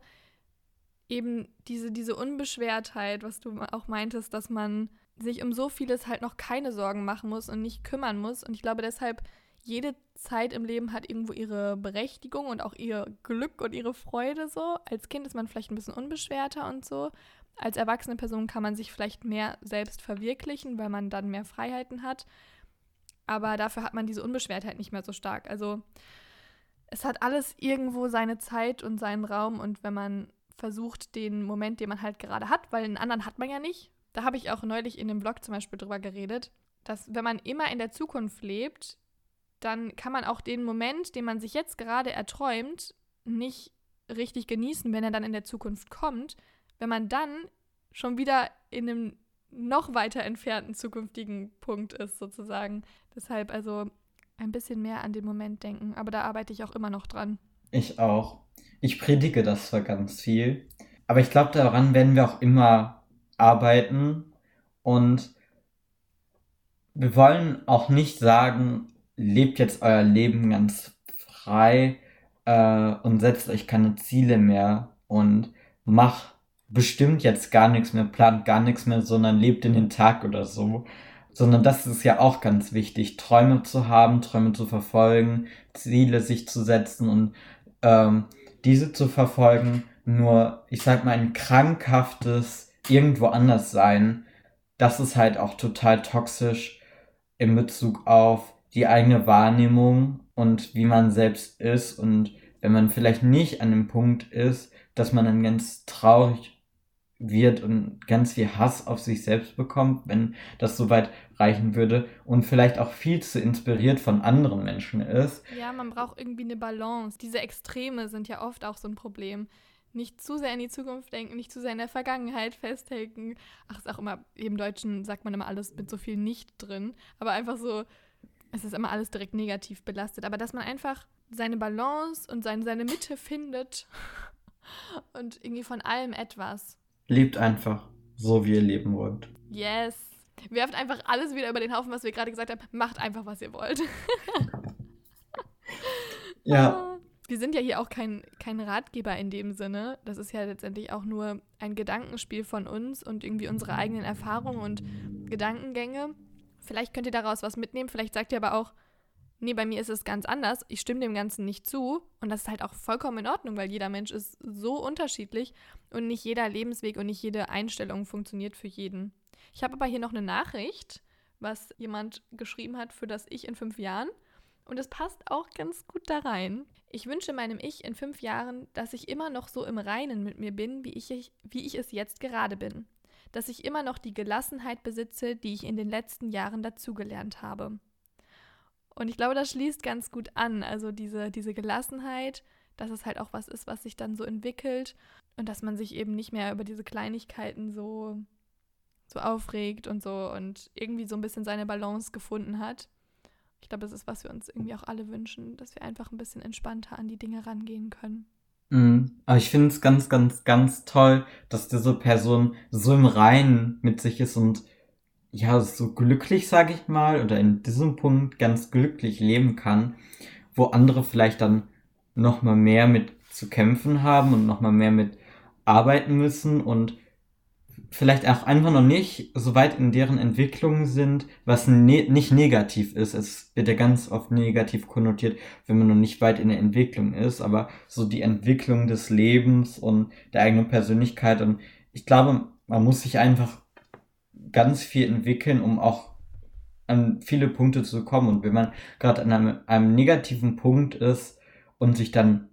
eben diese Unbeschwertheit, was du auch meintest, dass man sich um so vieles halt noch keine Sorgen machen muss und nicht kümmern muss. Und ich glaube deshalb, jede Zeit im Leben hat irgendwo ihre Berechtigung und auch ihr Glück und ihre Freude so. Als Kind ist man vielleicht ein bisschen unbeschwerter und so. Als erwachsene Person kann man sich vielleicht mehr selbst verwirklichen, weil man dann mehr Freiheiten hat. Aber dafür hat man diese Unbeschwertheit nicht mehr so stark. Also es hat alles irgendwo seine Zeit und seinen Raum. Und wenn man versucht, den Moment, den man halt gerade hat, weil einen anderen hat man ja nicht. Da habe ich auch neulich in dem Blog zum Beispiel drüber geredet, dass wenn man immer in der Zukunft lebt, dann kann man auch den Moment, den man sich jetzt gerade erträumt, nicht richtig genießen, wenn er dann in der Zukunft kommt, wenn man dann schon wieder in einem noch weiter entfernten zukünftigen Punkt ist, sozusagen. Deshalb also ein bisschen mehr an den Moment denken, aber da arbeite ich auch immer noch dran. Ich auch. Ich predige das zwar ganz viel, aber ich glaube, daran werden wir auch immer arbeiten und wir wollen auch nicht sagen, lebt jetzt euer Leben ganz frei und setzt euch keine Ziele mehr und macht bestimmt jetzt gar nichts mehr, plant gar nichts mehr, sondern lebt in den Tag oder so. Sondern das ist ja auch ganz wichtig, Träume zu haben, Träume zu verfolgen, Ziele sich zu setzen und diese zu verfolgen. Nur, ich sag mal, ein krankhaftes irgendwo anders sein, das ist halt auch total toxisch in Bezug auf die eigene Wahrnehmung und wie man selbst ist. Und wenn man vielleicht nicht an dem Punkt ist, dass man dann ganz traurig wird und ganz viel Hass auf sich selbst bekommt, wenn das so weit reichen würde und vielleicht auch viel zu inspiriert von anderen Menschen ist. Ja, man braucht irgendwie eine Balance. Diese Extreme sind ja oft auch so ein Problem. Nicht zu sehr in die Zukunft denken, nicht zu sehr in der Vergangenheit festhängen. Ach, ist auch immer, im Deutschen sagt man immer alles mit so viel nicht drin. Aber einfach so, es ist immer alles direkt negativ belastet. Aber dass man einfach seine Balance und seine Mitte findet und irgendwie von allem etwas. Lebt einfach so, wie ihr leben wollt. Yes. Werft einfach alles wieder über den Haufen, was wir gerade gesagt haben. Macht einfach, was ihr wollt. Ja. Wir sind ja hier auch kein Ratgeber in dem Sinne. Das ist ja letztendlich auch nur ein Gedankenspiel von uns und irgendwie unsere eigenen Erfahrungen und Gedankengänge. Vielleicht könnt ihr daraus was mitnehmen. Vielleicht sagt ihr aber auch, nee, bei mir ist es ganz anders. Ich stimme dem Ganzen nicht zu. Und das ist halt auch vollkommen in Ordnung, weil jeder Mensch ist so unterschiedlich und nicht jeder Lebensweg und nicht jede Einstellung funktioniert für jeden. Ich habe aber hier noch eine Nachricht, was jemand geschrieben hat für das Ich in 5 Jahren. Und es passt auch ganz gut da rein. Ich wünsche meinem Ich in 5 Jahren, dass ich immer noch so im Reinen mit mir bin, wie ich es jetzt gerade bin. Dass ich immer noch die Gelassenheit besitze, die ich in den letzten Jahren dazugelernt habe. Und ich glaube, das schließt ganz gut an. Also diese Gelassenheit, dass es halt auch was ist, was sich dann so entwickelt und dass man sich eben nicht mehr über diese Kleinigkeiten so aufregt und so und irgendwie so ein bisschen seine Balance gefunden hat. Ich glaube, das ist, was wir uns irgendwie auch alle wünschen, dass wir einfach ein bisschen entspannter an die Dinge rangehen können. Aber ich finde es ganz, ganz, ganz toll, dass diese Person so im Reinen mit sich ist und ja, so glücklich, sage ich mal, oder in diesem Punkt ganz glücklich leben kann, wo andere vielleicht dann nochmal mehr mit zu kämpfen haben und nochmal mehr mit arbeiten müssen und vielleicht auch einfach noch nicht so weit in deren Entwicklung sind, was nicht negativ ist. Es wird ja ganz oft negativ konnotiert, wenn man noch nicht weit in der Entwicklung ist, aber so die Entwicklung des Lebens und der eigenen Persönlichkeit. Und ich glaube, man muss sich einfach ganz viel entwickeln, um auch an viele Punkte zu kommen. Und wenn man gerade an einem negativen Punkt ist und sich dann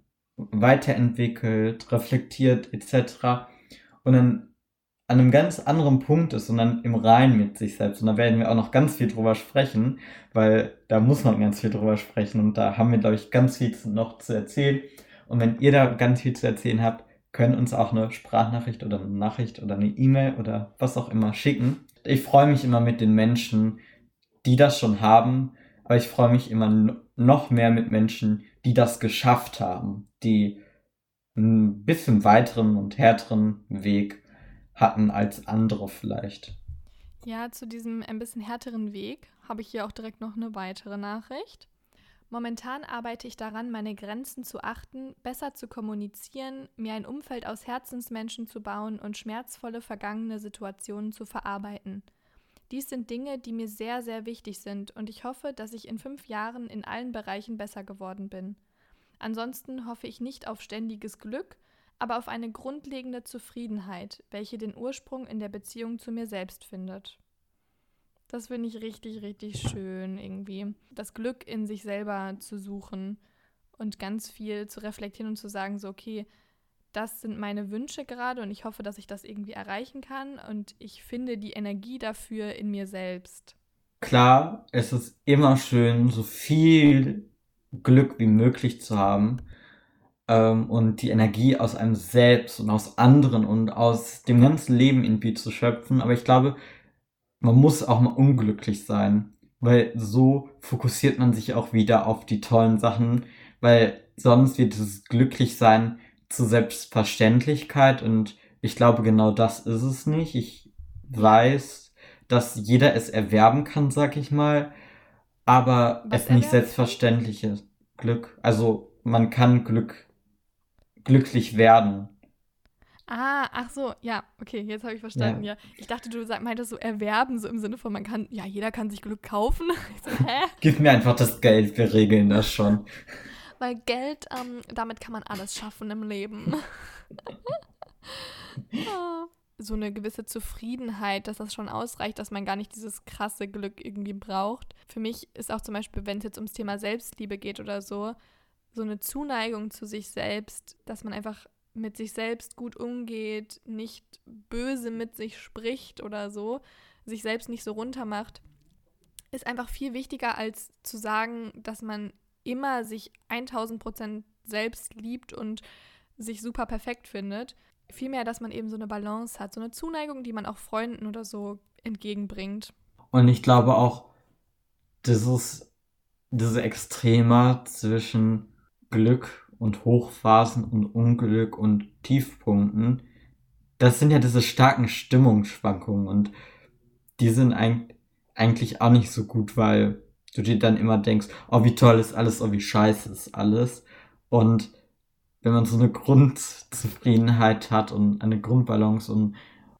weiterentwickelt, reflektiert etc. und dann an einem ganz anderen Punkt ist und dann im Reinen mit sich selbst. Und da werden wir auch noch ganz viel drüber sprechen, weil da muss man ganz viel drüber sprechen und da haben wir, glaube ich, ganz viel noch zu erzählen. Und wenn ihr da ganz viel zu erzählen habt, könnt uns auch eine Sprachnachricht oder eine Nachricht oder eine E-Mail oder was auch immer schicken. Ich freue mich immer mit den Menschen, die das schon haben, aber ich freue mich immer noch mehr mit Menschen, die das geschafft haben, die einen bisschen weiteren und härteren Weg hatten als andere vielleicht. Ja, zu diesem ein bisschen härteren Weg habe ich hier auch direkt noch eine weitere Nachricht. Momentan arbeite ich daran, meine Grenzen zu achten, besser zu kommunizieren, mir ein Umfeld aus Herzensmenschen zu bauen und schmerzvolle vergangene Situationen zu verarbeiten. Dies sind Dinge, die mir sehr, sehr wichtig sind und ich hoffe, dass ich in 5 Jahren in allen Bereichen besser geworden bin. Ansonsten hoffe ich nicht auf ständiges Glück, aber auf eine grundlegende Zufriedenheit, welche den Ursprung in der Beziehung zu mir selbst findet. Das finde ich richtig, richtig schön irgendwie. Das Glück in sich selber zu suchen und ganz viel zu reflektieren und zu sagen, so okay, das sind meine Wünsche gerade und ich hoffe, dass ich das irgendwie erreichen kann und ich finde die Energie dafür in mir selbst. Klar, es ist immer schön, so viel Glück wie möglich zu haben und die Energie aus einem selbst und aus anderen und aus dem ganzen Leben irgendwie zu schöpfen. Aber ich glaube, man muss auch mal unglücklich sein, weil so fokussiert man sich auch wieder auf die tollen Sachen, weil sonst wird dieses Glücklichsein zur Selbstverständlichkeit und ich glaube, genau das ist es nicht. Ich weiß, dass jeder es erwerben kann, sag ich mal, aber Was es nicht erwerben kann? selbstverständlich ist. Glück. Also man kann glücklich werden. Ach so, ja, okay, jetzt habe ich verstanden, Ja. ja. Ich dachte, du meintest so erwerben, so im Sinne von, jeder kann sich Glück kaufen. Ich so, hä? Gib mir einfach das Geld, wir regeln das schon. Weil Geld, damit kann man alles schaffen im Leben. Ah. so eine gewisse Zufriedenheit, dass das schon ausreicht, dass man gar nicht dieses krasse Glück irgendwie braucht. Für mich ist auch zum Beispiel, wenn es jetzt ums Thema Selbstliebe geht oder so, so eine Zuneigung zu sich selbst, dass man einfach mit sich selbst gut umgeht, nicht böse mit sich spricht oder so, sich selbst nicht so runtermacht, ist einfach viel wichtiger, als zu sagen, dass man immer sich 1000% selbst liebt und sich super perfekt findet. Vielmehr, dass man eben so eine Balance hat, so eine Zuneigung, die man auch Freunden oder so entgegenbringt. Und ich glaube auch, diese Extremer zwischen Glück und Hochphasen und Unglück und Tiefpunkten, das sind ja diese starken Stimmungsschwankungen und die sind eigentlich auch nicht so gut, weil du dir dann immer denkst, oh, wie toll ist alles, oh, wie scheiße ist alles. Und wenn man so eine Grundzufriedenheit hat und eine Grundbalance und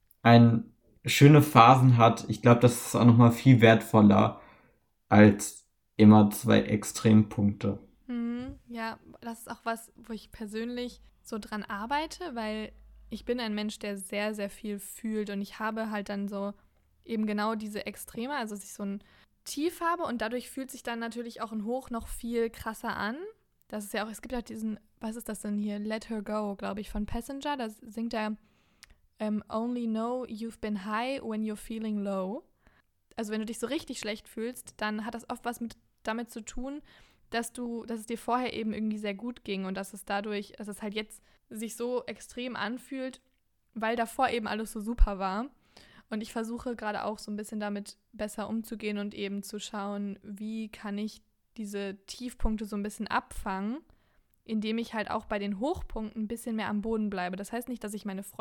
schöne Phasen hat, ich glaube, das ist auch nochmal viel wertvoller als immer zwei Extrempunkte. Ja, das ist auch was, wo ich persönlich so dran arbeite, weil ich bin ein Mensch, der sehr, sehr viel fühlt und ich habe halt dann so eben genau diese Extreme, also dass ich so ein Tief habe und dadurch fühlt sich dann natürlich auch ein Hoch noch viel krasser an. Das ist ja auch, es gibt ja diesen, was ist das denn hier? Let Her Go, glaube ich, von Passenger. Da singt er Only know you've been high when you're feeling low. Also wenn du dich so richtig schlecht fühlst, dann hat das oft was damit zu tun, dass es dir vorher eben irgendwie sehr gut ging und dass es halt jetzt sich so extrem anfühlt, weil davor eben alles so super war. Und ich versuche gerade auch so ein bisschen damit besser umzugehen und eben zu schauen, wie kann ich diese Tiefpunkte so ein bisschen abfangen, indem ich halt auch bei den Hochpunkten ein bisschen mehr am Boden bleibe. Das heißt nicht, dass ich meine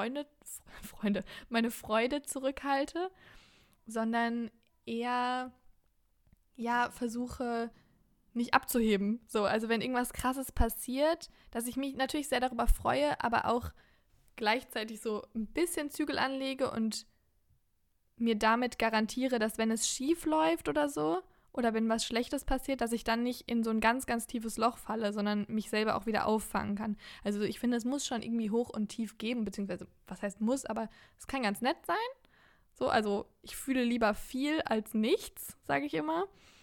meine Freude zurückhalte, sondern eher, ja, versuche nicht abzuheben. So, also wenn irgendwas Krasses passiert, dass ich mich natürlich sehr darüber freue, aber auch gleichzeitig so ein bisschen Zügel anlege und mir damit garantiere, dass wenn es schief läuft oder so, oder wenn was Schlechtes passiert, dass ich dann nicht in so ein ganz, ganz tiefes Loch falle, sondern mich selber auch wieder auffangen kann. Also ich finde, es muss schon irgendwie hoch und tief geben, beziehungsweise, was heißt muss, aber es kann ganz nett sein. So, also ich fühle lieber viel als nichts, sage ich immer.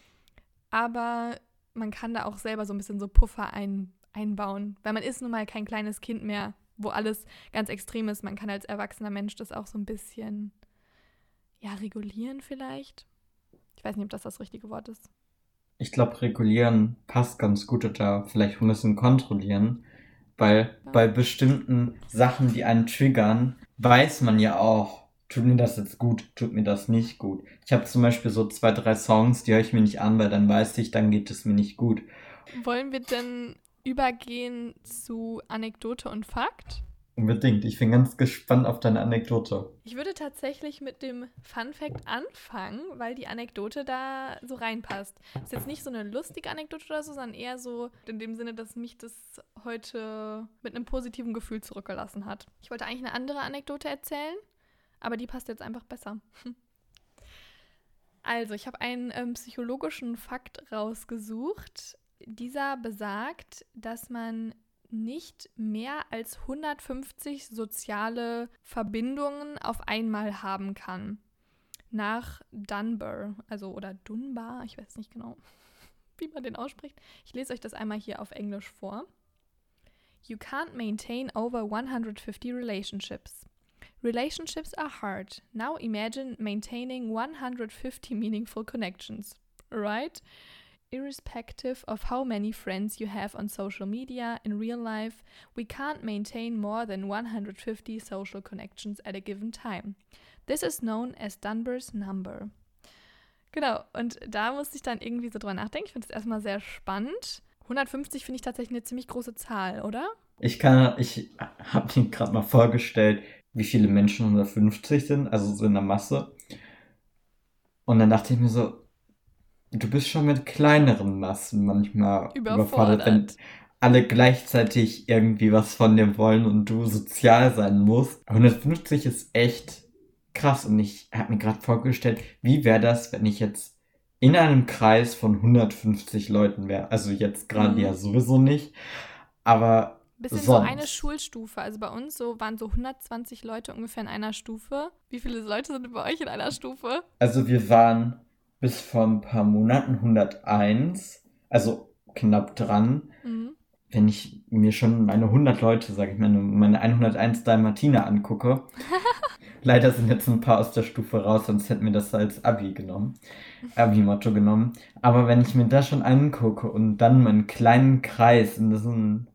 Aber man kann da auch selber so ein bisschen so Puffer einbauen, weil man ist nun mal kein kleines Kind mehr, wo alles ganz extrem ist. Man kann als erwachsener Mensch das auch so ein bisschen, ja, regulieren vielleicht. Ich weiß nicht, ob das richtige Wort ist. Ich glaube, regulieren passt ganz gut oder vielleicht ein bisschen kontrollieren, weil bei bestimmten Sachen, die einen triggern, weiß man ja auch, tut mir das jetzt gut, tut mir das nicht gut. Ich habe zum Beispiel so 2, 3 Songs, die höre ich mir nicht an, weil dann weiß ich, dann geht es mir nicht gut. Wollen wir denn übergehen zu Anekdote und Fakt? Unbedingt. Ich bin ganz gespannt auf deine Anekdote. Ich würde tatsächlich mit dem Fun Fact anfangen, weil die Anekdote da so reinpasst. Ist jetzt nicht so eine lustige Anekdote oder so, sondern eher so in dem Sinne, dass mich das heute mit einem positiven Gefühl zurückgelassen hat. Ich wollte eigentlich eine andere Anekdote erzählen, aber die passt jetzt einfach besser. Also, ich habe einen psychologischen Fakt rausgesucht. Dieser besagt, dass man nicht mehr als 150 soziale Verbindungen auf einmal haben kann. Nach Dunbar, oder Dunbar, ich weiß nicht genau, wie man den ausspricht. Ich lese euch das einmal hier auf Englisch vor. You can't maintain over 150 relationships. Relationships are hard. Now imagine maintaining 150 meaningful connections, right? Irrespective of how many friends you have on social media, in real life, we can't maintain more than 150 social connections at a given time. This is known as Dunbar's number. Genau, und da musste ich dann irgendwie so drüber nachdenken. Ich finde es erstmal sehr spannend. 150 finde ich tatsächlich eine ziemlich große Zahl, oder? Ich habe mir gerade mal vorgestellt, wie viele Menschen 150 sind, also so in der Masse. Und dann dachte ich mir so, du bist schon mit kleineren Massen manchmal überfordert, wenn alle gleichzeitig irgendwie was von dir wollen und du sozial sein musst. 150 ist echt krass und ich habe mir gerade vorgestellt, wie wäre das, wenn ich jetzt in einem Kreis von 150 Leuten wäre. Also jetzt gerade ja sowieso nicht, aber Bisschen so eine sonst. Schulstufe. Also bei uns waren so 120 Leute ungefähr in einer Stufe. Wie viele Leute sind bei euch in einer Stufe? Also wir waren bis vor ein paar Monaten 101, also knapp dran. Mhm. Wenn ich mir schon meine 100 Leute, sage ich mal, meine 101 Dalmatiner angucke, leider sind jetzt ein paar aus der Stufe raus, sonst hätten wir das als Abi-Motto genommen. Aber wenn ich mir das schon angucke und dann meinen kleinen Kreis, und das sind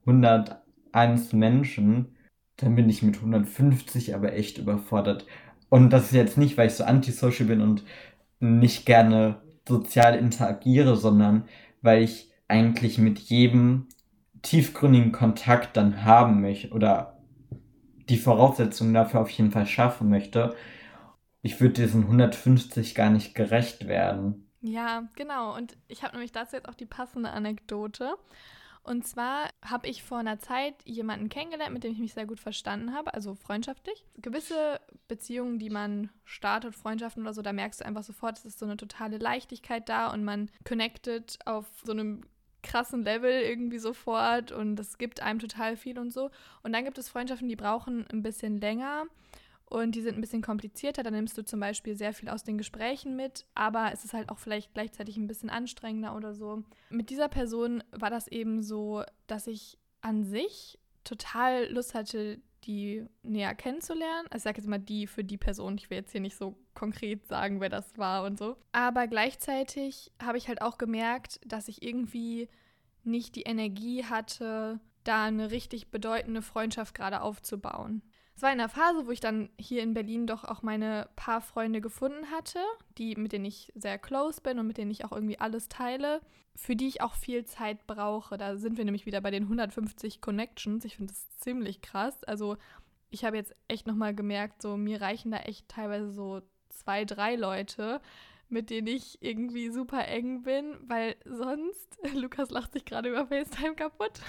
101 Menschen, dann bin ich mit 150 aber echt überfordert. Und das ist jetzt nicht, weil ich so antisocial bin und nicht gerne sozial interagiere, sondern weil ich eigentlich mit jedem tiefgründigen Kontakt dann haben möchte oder die Voraussetzungen dafür auf jeden Fall schaffen möchte. Ich würde diesen 150 gar nicht gerecht werden. Ja, genau. Und ich habe nämlich dazu jetzt auch die passende Anekdote. Und zwar habe ich vor einer Zeit jemanden kennengelernt, mit dem ich mich sehr gut verstanden habe, also freundschaftlich. Gewisse Beziehungen, die man startet, Freundschaften oder so, da merkst du einfach sofort, es ist so eine totale Leichtigkeit da und man connectet auf so einem krassen Level irgendwie sofort und das gibt einem total viel und so. Und dann gibt es Freundschaften, die brauchen ein bisschen länger. Und die sind ein bisschen komplizierter. Da nimmst du zum Beispiel sehr viel aus den Gesprächen mit, aber es ist halt auch vielleicht gleichzeitig ein bisschen anstrengender oder so. Mit dieser Person war das eben so, dass ich an sich total Lust hatte, die näher kennenzulernen. Also ich sage jetzt mal die für die Person. Ich will jetzt hier nicht so konkret sagen, wer das war und so. Aber gleichzeitig habe ich halt auch gemerkt, dass ich irgendwie nicht die Energie hatte, da eine richtig bedeutende Freundschaft gerade aufzubauen. Es war in einer Phase, wo ich dann hier in Berlin doch auch meine paar Freunde gefunden hatte, mit denen ich sehr close bin und mit denen ich auch irgendwie alles teile, für die ich auch viel Zeit brauche. Da sind wir nämlich wieder bei den 150 Connections. Ich finde das ziemlich krass. Also ich habe jetzt echt nochmal gemerkt, so mir reichen da echt teilweise so 2, 3 Leute, mit denen ich irgendwie super eng bin, weil sonst, Lukas lacht sich gerade über FaceTime kaputt.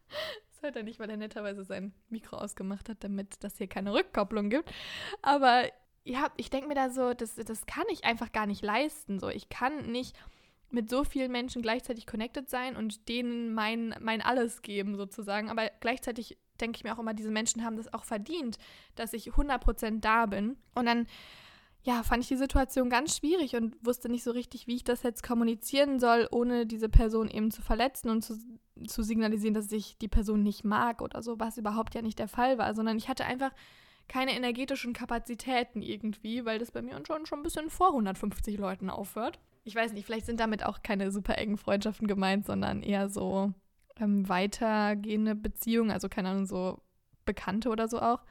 Das hört er nicht, weil er netterweise sein Mikro ausgemacht hat, damit das hier keine Rückkopplung gibt. Aber ja, ich denke mir da so, das kann ich einfach gar nicht leisten. So, ich kann nicht mit so vielen Menschen gleichzeitig connected sein und denen mein Alles geben sozusagen. Aber gleichzeitig denke ich mir auch immer, diese Menschen haben das auch verdient, dass ich 100% da bin. Und dann ja, fand ich die Situation ganz schwierig und wusste nicht so richtig, wie ich das jetzt kommunizieren soll, ohne diese Person eben zu verletzen und zu signalisieren, dass ich die Person nicht mag oder so, was überhaupt ja nicht der Fall war, sondern ich hatte einfach keine energetischen Kapazitäten irgendwie, weil das bei mir schon ein bisschen vor 150 Leuten aufhört. Ich weiß nicht, vielleicht sind damit auch keine super engen Freundschaften gemeint, sondern eher so weitergehende Beziehungen, also keine Ahnung, so Bekannte oder so auch.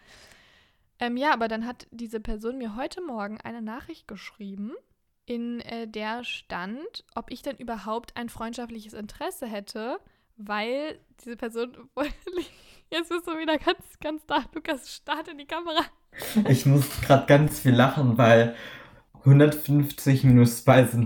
Ja, aber dann hat diese Person mir heute Morgen eine Nachricht geschrieben, in der stand, ob ich denn überhaupt ein freundschaftliches Interesse hätte, weil diese Person, jetzt bist du wieder ganz, ganz da, Lukas, start in die Kamera. Ich muss gerade ganz viel lachen, weil 150 minus 2 sind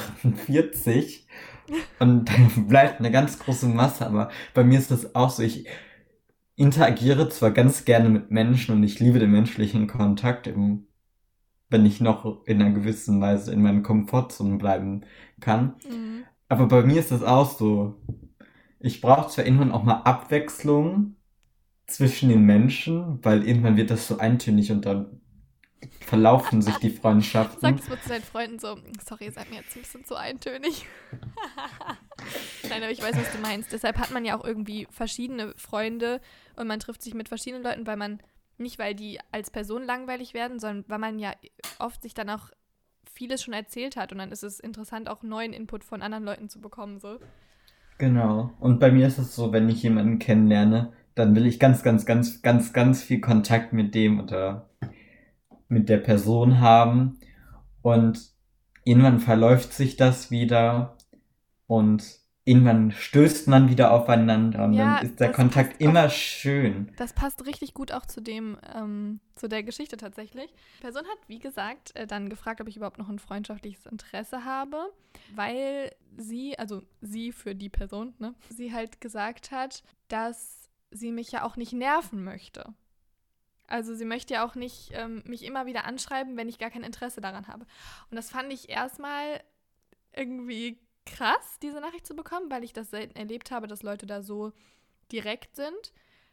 148 und dann bleibt eine ganz große Masse, aber bei mir ist das auch so, ich interagiere zwar ganz gerne mit Menschen und ich liebe den menschlichen Kontakt, wenn ich noch in einer gewissen Weise in meinen Komfortzonen bleiben kann. Mhm. Aber bei mir ist das auch so. Ich brauche zwar irgendwann auch mal Abwechslung zwischen den Menschen, weil irgendwann wird das so eintönig und dann verlaufen sich die Sag Freundschaften. das mal zu deinen Freunden so, sorry, ihr seid mir jetzt ein bisschen zu eintönig. Nein, aber ich weiß, was du meinst. Deshalb hat man ja auch irgendwie verschiedene Freunde und man trifft sich mit verschiedenen Leuten, weil man, nicht weil die als Person langweilig werden, sondern weil man ja oft sich dann auch vieles schon erzählt hat und dann ist es interessant, auch neuen Input von anderen Leuten zu bekommen, so. Genau. Und bei mir ist es so, wenn ich jemanden kennenlerne, dann will ich ganz, ganz, ganz, ganz, ganz viel Kontakt mit dem oder mit der Person haben. Und irgendwann verläuft sich das wieder und irgendwann stößt man wieder aufeinander und dann Ja, ist der Kontakt immer schön. das passt richtig gut auch zu zu der Geschichte tatsächlich. Die Person hat, wie gesagt, dann gefragt, ob ich überhaupt noch ein freundschaftliches Interesse habe, weil also sie für die Person, ne, sie halt gesagt hat, dass sie mich ja auch nicht nerven möchte. Also sie möchte ja auch nicht mich immer wieder anschreiben, wenn ich gar kein Interesse daran habe. Und das fand ich erstmal irgendwie krass, diese Nachricht zu bekommen, weil ich das selten erlebt habe, dass Leute da so direkt sind.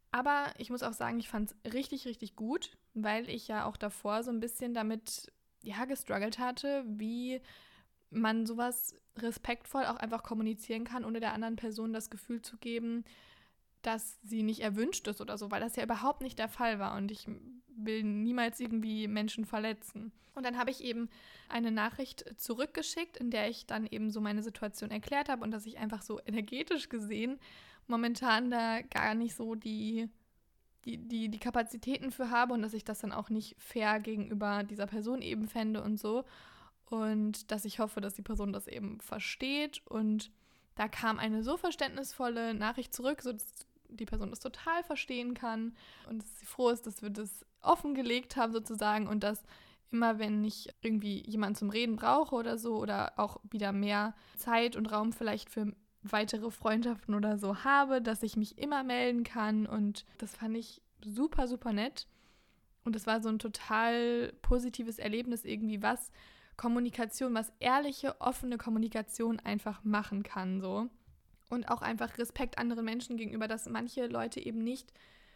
Aber ich muss auch sagen, ich fand es richtig, richtig gut, weil ich ja auch davor so ein bisschen damit, ja, gestruggelt hatte, wie man sowas respektvoll auch einfach kommunizieren kann, ohne der anderen Person das Gefühl zu geben, dass sie nicht erwünscht ist oder so, weil das ja überhaupt nicht der Fall war und ich will niemals irgendwie Menschen verletzen. Und dann habe ich eben eine Nachricht zurückgeschickt, in der ich dann eben so meine Situation erklärt habe und dass ich einfach so energetisch gesehen momentan da gar nicht so die Kapazitäten für habe und dass ich das dann auch nicht fair gegenüber dieser Person eben fände und so. Und dass ich hoffe, dass die Person das eben versteht. Und da kam eine so verständnisvolle Nachricht zurück, sodass die Person das total verstehen kann und dass sie froh ist, dass wir das offengelegt haben sozusagen und dass immer, wenn ich irgendwie jemanden zum Reden brauche oder so oder auch wieder mehr Zeit und Raum vielleicht für weitere Freundschaften oder so habe, dass ich mich immer melden kann und das fand ich super, super nett und es war so ein total positives Erlebnis irgendwie, was Kommunikation, was ehrliche, offene Kommunikation einfach machen kann so. Und auch einfach Respekt anderen Menschen gegenüber, dass manche Leute eben nicht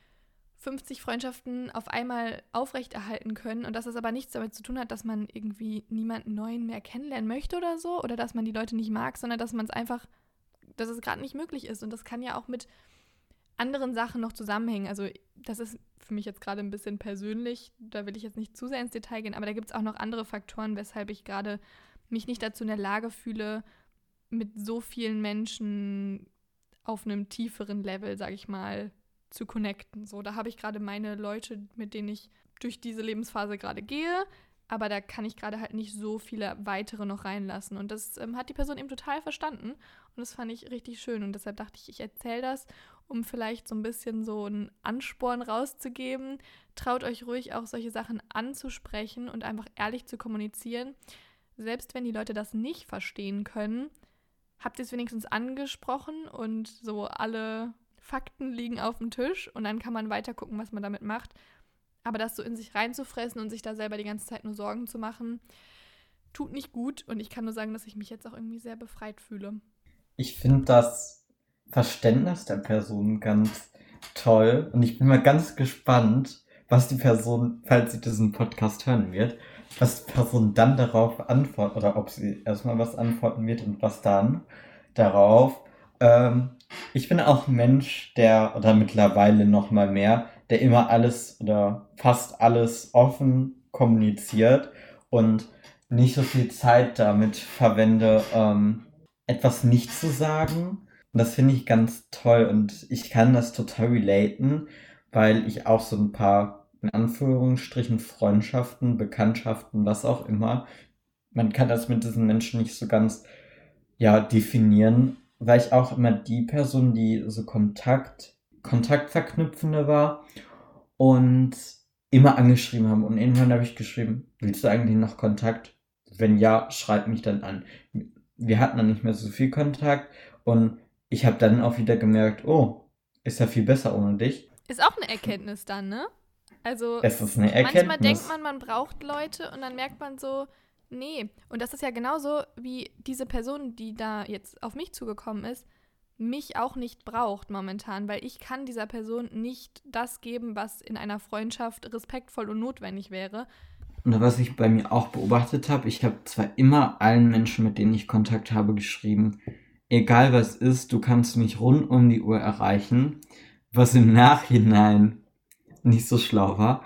50 Freundschaften auf einmal aufrechterhalten können und dass das aber nichts damit zu tun hat, dass man irgendwie niemanden Neuen mehr kennenlernen möchte oder so oder dass man die Leute nicht mag, sondern dass man es einfach, dass es gerade nicht möglich ist. Und das kann ja auch mit anderen Sachen noch zusammenhängen. Also das ist für mich jetzt gerade ein bisschen persönlich, da will ich jetzt nicht zu sehr ins Detail gehen, aber da gibt es auch noch andere Faktoren, weshalb ich gerade mich nicht dazu in der Lage fühle, mit so vielen Menschen auf einem tieferen Level, sag ich mal, zu connecten. So, da habe ich gerade meine Leute, mit denen ich durch diese Lebensphase gerade gehe, aber da kann ich gerade halt nicht so viele weitere noch reinlassen. Und das hat die Person eben total verstanden und das fand ich richtig schön und deshalb dachte ich, ich erzähle das, um vielleicht so ein bisschen so einen Ansporn rauszugeben. Traut euch ruhig auch solche Sachen anzusprechen und einfach ehrlich zu kommunizieren. Selbst wenn die Leute das nicht verstehen können, habt ihr es wenigstens angesprochen und so alle Fakten liegen auf dem Tisch und dann kann man weiter gucken, was man damit macht. Aber das so in sich reinzufressen und sich da selber die ganze Zeit nur Sorgen zu machen, tut nicht gut und ich kann nur sagen, dass ich mich jetzt auch irgendwie sehr befreit fühle. Ich finde das Verständnis der Person ganz toll und ich bin mal ganz gespannt, was die Person, falls sie diesen Podcast hören wird, was die Person dann darauf antwortet oder ob sie erstmal was antworten wird und was dann darauf. Ich bin auch ein Mensch, der, oder mittlerweile noch mal mehr, der immer alles oder fast alles offen kommuniziert und nicht so viel Zeit damit verwende, etwas nicht zu sagen. Und das finde ich ganz toll und ich kann das total relaten, weil ich auch so ein paar, in Anführungsstrichen, Freundschaften, Bekanntschaften, was auch immer, man kann das mit diesen Menschen nicht so ganz, ja, definieren, weil ich auch immer die Person, die so Kontaktverknüpfende war und immer angeschrieben haben. Und irgendwann habe ich geschrieben, willst du eigentlich noch Kontakt? Wenn ja, schreib mich dann an. Wir hatten dann nicht mehr so viel Kontakt und ich habe dann auch wieder gemerkt, oh, ist ja viel besser ohne dich. Ist auch eine Erkenntnis dann, ne? Also Es ist eine manchmal denkt Erkenntnis. man braucht Leute und dann merkt man so, nee. Und das ist ja genauso wie diese Person, die da jetzt auf mich zugekommen ist, mich auch nicht braucht momentan, weil ich kann dieser Person nicht das geben, was in einer Freundschaft respektvoll und notwendig wäre. Und was ich bei mir auch beobachtet habe, ich habe zwar immer allen Menschen, mit denen ich Kontakt habe, geschrieben, egal was ist, du kannst mich rund um die Uhr erreichen, was im Nachhinein nicht so schlau war.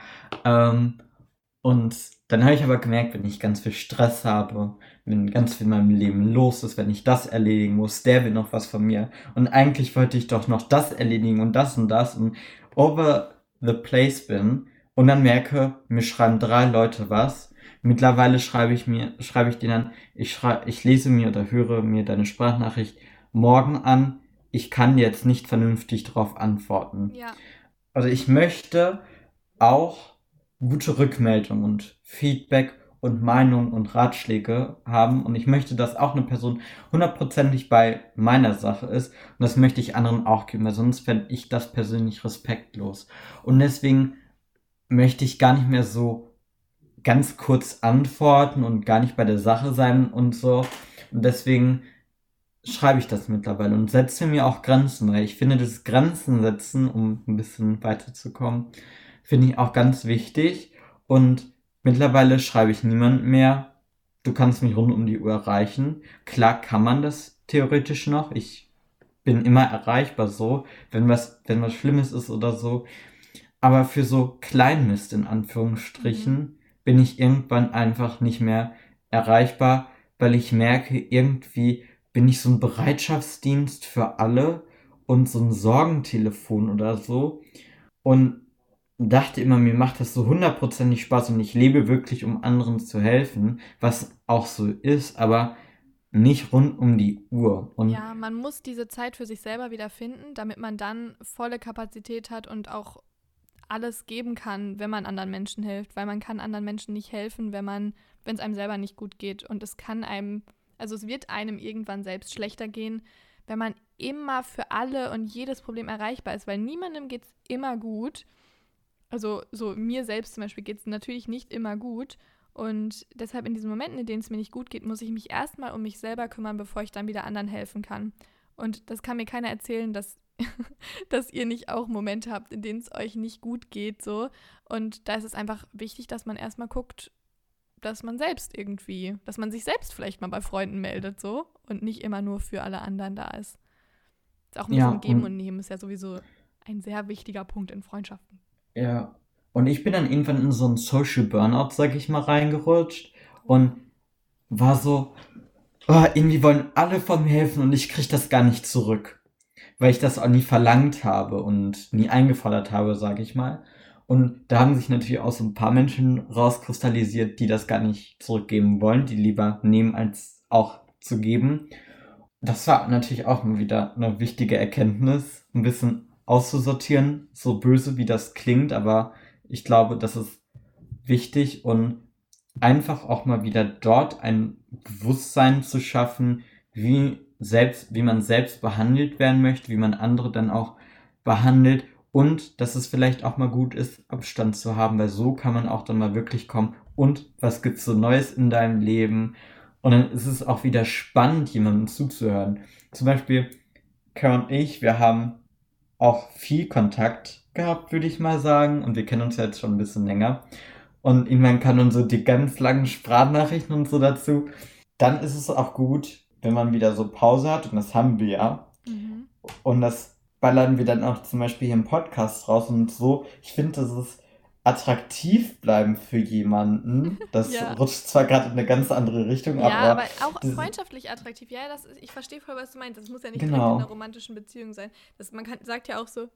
Und dann habe ich aber gemerkt, wenn ich ganz viel Stress habe, wenn ganz viel in meinem Leben los ist, wenn ich das erledigen muss, der will noch was von mir. Und eigentlich wollte ich doch noch das erledigen und das und over the place bin und dann merke, mir schreiben 3 Leute was. Mittlerweile schreibe ich denen an, ich lese mir oder höre mir deine Sprachnachricht morgen an. Ich kann jetzt nicht vernünftig darauf antworten. Ja. Also ich möchte auch gute Rückmeldung und Feedback und Meinung und Ratschläge haben und ich möchte, dass auch eine Person hundertprozentig bei meiner Sache ist und das möchte ich anderen auch geben, weil sonst fände ich das persönlich respektlos. Und deswegen möchte ich gar nicht mehr so ganz kurz antworten und gar nicht bei der Sache sein und so. Und deswegen schreibe ich das mittlerweile und setze mir auch Grenzen, weil ich finde, das Grenzen setzen, um ein bisschen weiterzukommen, finde ich auch ganz wichtig. Und mittlerweile schreibe ich niemand mehr, du kannst mich rund um die Uhr erreichen. Klar kann man das theoretisch noch. Ich bin immer erreichbar so, wenn was Schlimmes ist oder so. Aber für so Kleinmist in Anführungsstrichen bin ich irgendwann einfach nicht mehr erreichbar, weil ich merke, irgendwie bin ich so ein Bereitschaftsdienst für alle und so ein Sorgentelefon oder so und dachte immer, mir macht das so hundertprozentig Spaß und ich lebe wirklich, um anderen zu helfen, was auch so ist, aber nicht rund um die Uhr. Und Ja, man muss diese Zeit für sich selber wieder finden, damit man dann volle Kapazität hat und auch alles geben kann, wenn man anderen Menschen hilft, weil man kann anderen Menschen nicht helfen, wenn es einem selber nicht gut geht und es wird einem irgendwann selbst schlechter gehen, wenn man immer für alle und jedes Problem erreichbar ist, weil niemandem geht es immer gut. Also so mir selbst zum Beispiel geht es natürlich nicht immer gut und deshalb in diesen Momenten, in denen es mir nicht gut geht, muss ich mich erstmal um mich selber kümmern, bevor ich dann wieder anderen helfen kann. Und das kann mir keiner erzählen, dass ihr nicht auch Momente habt, in denen es euch nicht gut geht, so. Und da ist es einfach wichtig, dass man erstmal guckt, dass man sich selbst vielleicht mal bei Freunden meldet, so. Und nicht immer nur für alle anderen da ist. Ist auch ein ja, bisschen Geben und Nehmen, ist ja sowieso ein sehr wichtiger Punkt in Freundschaften. ja. Und ich bin dann irgendwann in so einen Social Burnout, sag ich mal, reingerutscht und war so, irgendwie wollen alle von mir helfen und ich krieg das gar nicht zurück. Weil ich das auch nie verlangt habe und nie eingefordert habe, sage ich mal. Und da haben sich natürlich auch so ein paar Menschen rauskristallisiert, die das gar nicht zurückgeben wollen, die lieber nehmen, als auch zu geben. Das war natürlich auch mal wieder eine wichtige Erkenntnis, ein bisschen auszusortieren, so böse wie das klingt, aber ich glaube, das ist wichtig und einfach auch mal wieder dort ein Bewusstsein zu schaffen, wie man selbst behandelt werden möchte, wie man andere dann auch behandelt und dass es vielleicht auch mal gut ist, Abstand zu haben, weil so kann man auch dann mal wirklich kommen und was gibt's so Neues in deinem Leben und dann ist es auch wieder spannend, jemandem zuzuhören. Zum Beispiel Karen und ich, wir haben auch viel Kontakt gehabt, würde ich mal sagen und wir kennen uns ja jetzt schon ein bisschen länger und irgendwann kann man so die ganz langen Sprachnachrichten und so dazu. Dann ist es auch gut, wenn man wieder so Pause hat, und das haben wir ja. Mhm. Und das ballern wir dann auch zum Beispiel hier im Podcast raus und so. Ich finde, das ist attraktiv bleiben für jemanden. Das Ja. rutscht zwar gerade in eine ganz andere Richtung, Ja, aber aber auch das, freundschaftlich attraktiv. Ja, ich verstehe voll, was du meinst. Das muss ja nicht direkt in genau. einer romantischen Beziehung sein. Sagt ja auch so,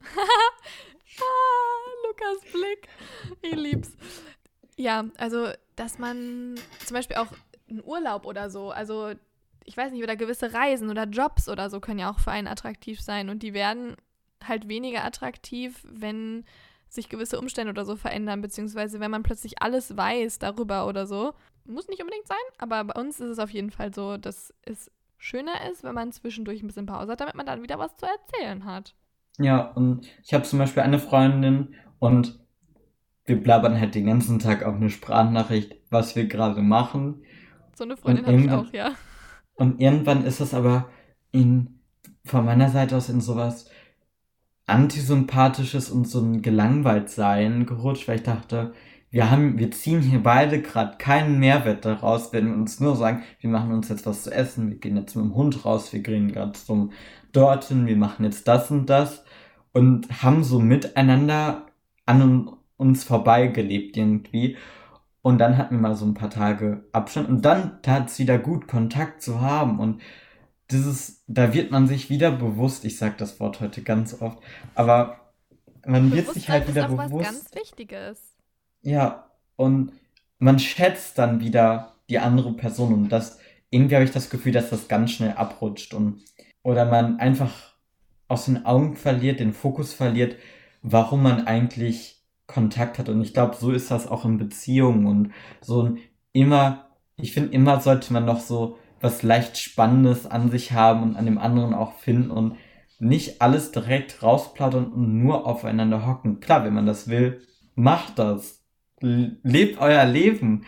Lukas Blick, ich lieb's. Ja, also, dass man zum Beispiel auch einen Urlaub oder so, also ich weiß nicht, oder gewisse Reisen oder Jobs oder so können ja auch für einen attraktiv sein und die werden halt weniger attraktiv, wenn sich gewisse Umstände oder so verändern, beziehungsweise wenn man plötzlich alles weiß darüber oder so. Muss nicht unbedingt sein, aber bei uns ist es auf jeden Fall so, dass es schöner ist, wenn man zwischendurch ein bisschen Pause hat, damit man dann wieder was zu erzählen hat. Ja, und ich habe zum Beispiel eine Freundin und wir blabbern halt den ganzen Tag auf eine Sprachnachricht, was wir gerade machen. So eine Und Freundin habe ich irgendwann, auch, ja. und irgendwann ist es aber von meiner Seite aus in sowas Antisympathisches und so ein Gelangweiltsein gerutscht, weil ich dachte, wir ziehen hier beide gerade keinen Mehrwert daraus, wenn wir uns nur sagen, wir machen uns jetzt was zu essen, wir gehen jetzt mit dem Hund raus, wir gehen gerade zum dorthin, wir machen jetzt das und das und haben so miteinander an uns vorbeigelebt irgendwie. Und dann hatten wir mal so ein paar Tage Abstand und dann tat es wieder gut, Kontakt zu haben und da wird man sich wieder bewusst, ich sag das Wort heute ganz oft, aber man wird sich Bewusstsein halt ist wieder auch was ganz bewusst, Wichtiges. ja, und man schätzt dann wieder die andere Person und irgendwie habe ich das Gefühl, dass das ganz schnell abrutscht oder man einfach aus den Augen verliert, den Fokus verliert, warum man eigentlich Kontakt hat und ich glaube, so ist das auch in Beziehungen und so ich finde, immer sollte man noch so was leicht Spannendes an sich haben und an dem anderen auch finden und nicht alles direkt rausplaudern und nur aufeinander hocken. Klar, wenn man das will, macht das. Lebt euer Leben.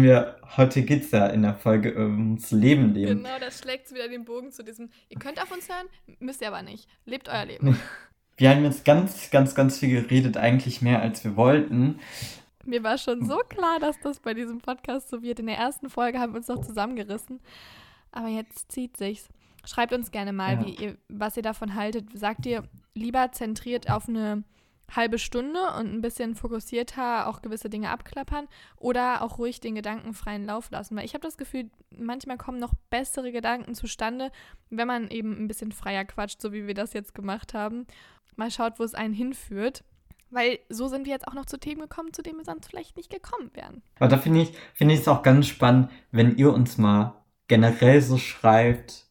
Heute geht's ja in der Folge ums Leben leben. Genau, das schlägt wieder den Bogen zu diesem, ihr könnt auf uns hören, müsst ihr aber nicht. Lebt euer Leben. Wir haben jetzt ganz, ganz, ganz viel geredet, eigentlich mehr als wir wollten. Mir war schon so klar, dass das bei diesem Podcast so wird. In der ersten Folge haben wir uns noch zusammengerissen. Aber jetzt zieht sich's. Schreibt uns gerne mal, was ihr davon haltet. Sagt ihr lieber zentriert auf eine halbe Stunde und ein bisschen fokussierter auch gewisse Dinge abklappern oder auch ruhig den Gedanken freien Lauf lassen. Weil ich habe das Gefühl, manchmal kommen noch bessere Gedanken zustande, wenn man eben ein bisschen freier quatscht, so wie wir das jetzt gemacht haben. Mal schaut, wo es einen hinführt. Weil so sind wir jetzt auch noch zu Themen gekommen, zu denen wir sonst vielleicht nicht gekommen wären. Aber da finde ich es auch ganz spannend, wenn ihr uns mal generell so schreibt.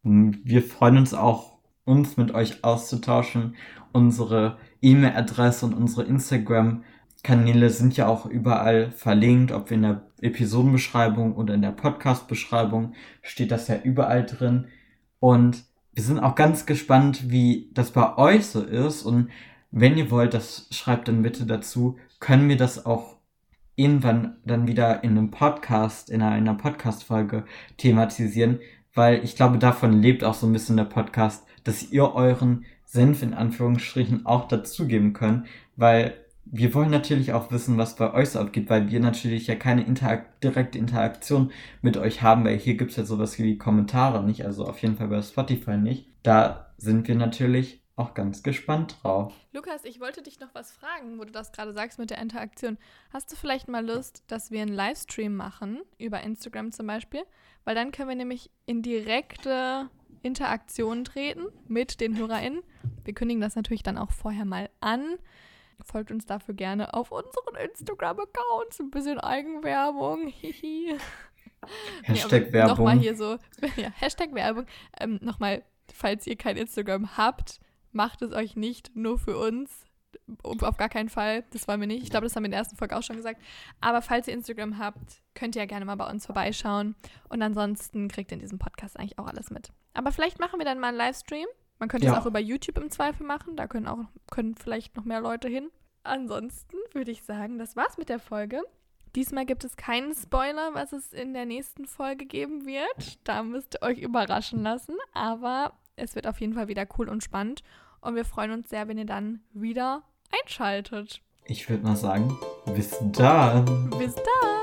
Wir freuen uns auch, uns mit euch auszutauschen. Unsere E-Mail-Adresse und unsere Instagram-Kanäle sind ja auch überall verlinkt, ob wir in der Episodenbeschreibung oder in der Podcast-Beschreibung steht das ja überall drin. Und wir sind auch ganz gespannt, wie das bei euch so ist. Und wenn ihr wollt, das schreibt dann bitte dazu, können wir das auch irgendwann dann wieder in einem Podcast, in einer Podcast-Folge thematisieren, weil ich glaube, davon lebt auch so ein bisschen der Podcast, dass ihr euren Senf in Anführungsstrichen auch dazugeben könnt, weil wir wollen natürlich auch wissen, was bei euch so abgeht, weil wir natürlich ja keine direkte Interaktion mit euch haben, weil hier gibt's ja sowas wie Kommentare nicht, also auf jeden Fall bei Spotify nicht. Da sind wir natürlich auch ganz gespannt drauf. Lukas, ich wollte dich noch was fragen, wo du das gerade sagst mit der Interaktion. Hast du vielleicht mal Lust, dass wir einen Livestream machen, über Instagram zum Beispiel? Weil dann können wir nämlich in direkte Interaktion treten mit den HörerInnen. Wir kündigen das natürlich dann auch vorher mal an. Folgt uns dafür gerne auf unseren Instagram-Accounts. Ein bisschen Eigenwerbung. Hihi. Hashtag Werbung. Nochmal hier so, ja, Hashtag Werbung. Nochmal, falls ihr kein Instagram habt, macht es euch nicht nur für uns. Auf gar keinen Fall. Das wollen wir nicht. Ich glaube, das haben wir in der ersten Folge auch schon gesagt. Aber falls ihr Instagram habt, könnt ihr ja gerne mal bei uns vorbeischauen. Und ansonsten kriegt ihr in diesem Podcast eigentlich auch alles mit. Aber vielleicht machen wir dann mal einen Livestream. Man könnte es auch über YouTube im Zweifel machen. Da können vielleicht noch mehr Leute hin. Ansonsten würde ich sagen, das war's mit der Folge. Diesmal gibt es keinen Spoiler, was es in der nächsten Folge geben wird. Da müsst ihr euch überraschen lassen. Aber es wird auf jeden Fall wieder cool und spannend. Und wir freuen uns sehr, wenn ihr dann wieder einschaltet. Ich würde mal sagen, bis dann. Bis dann.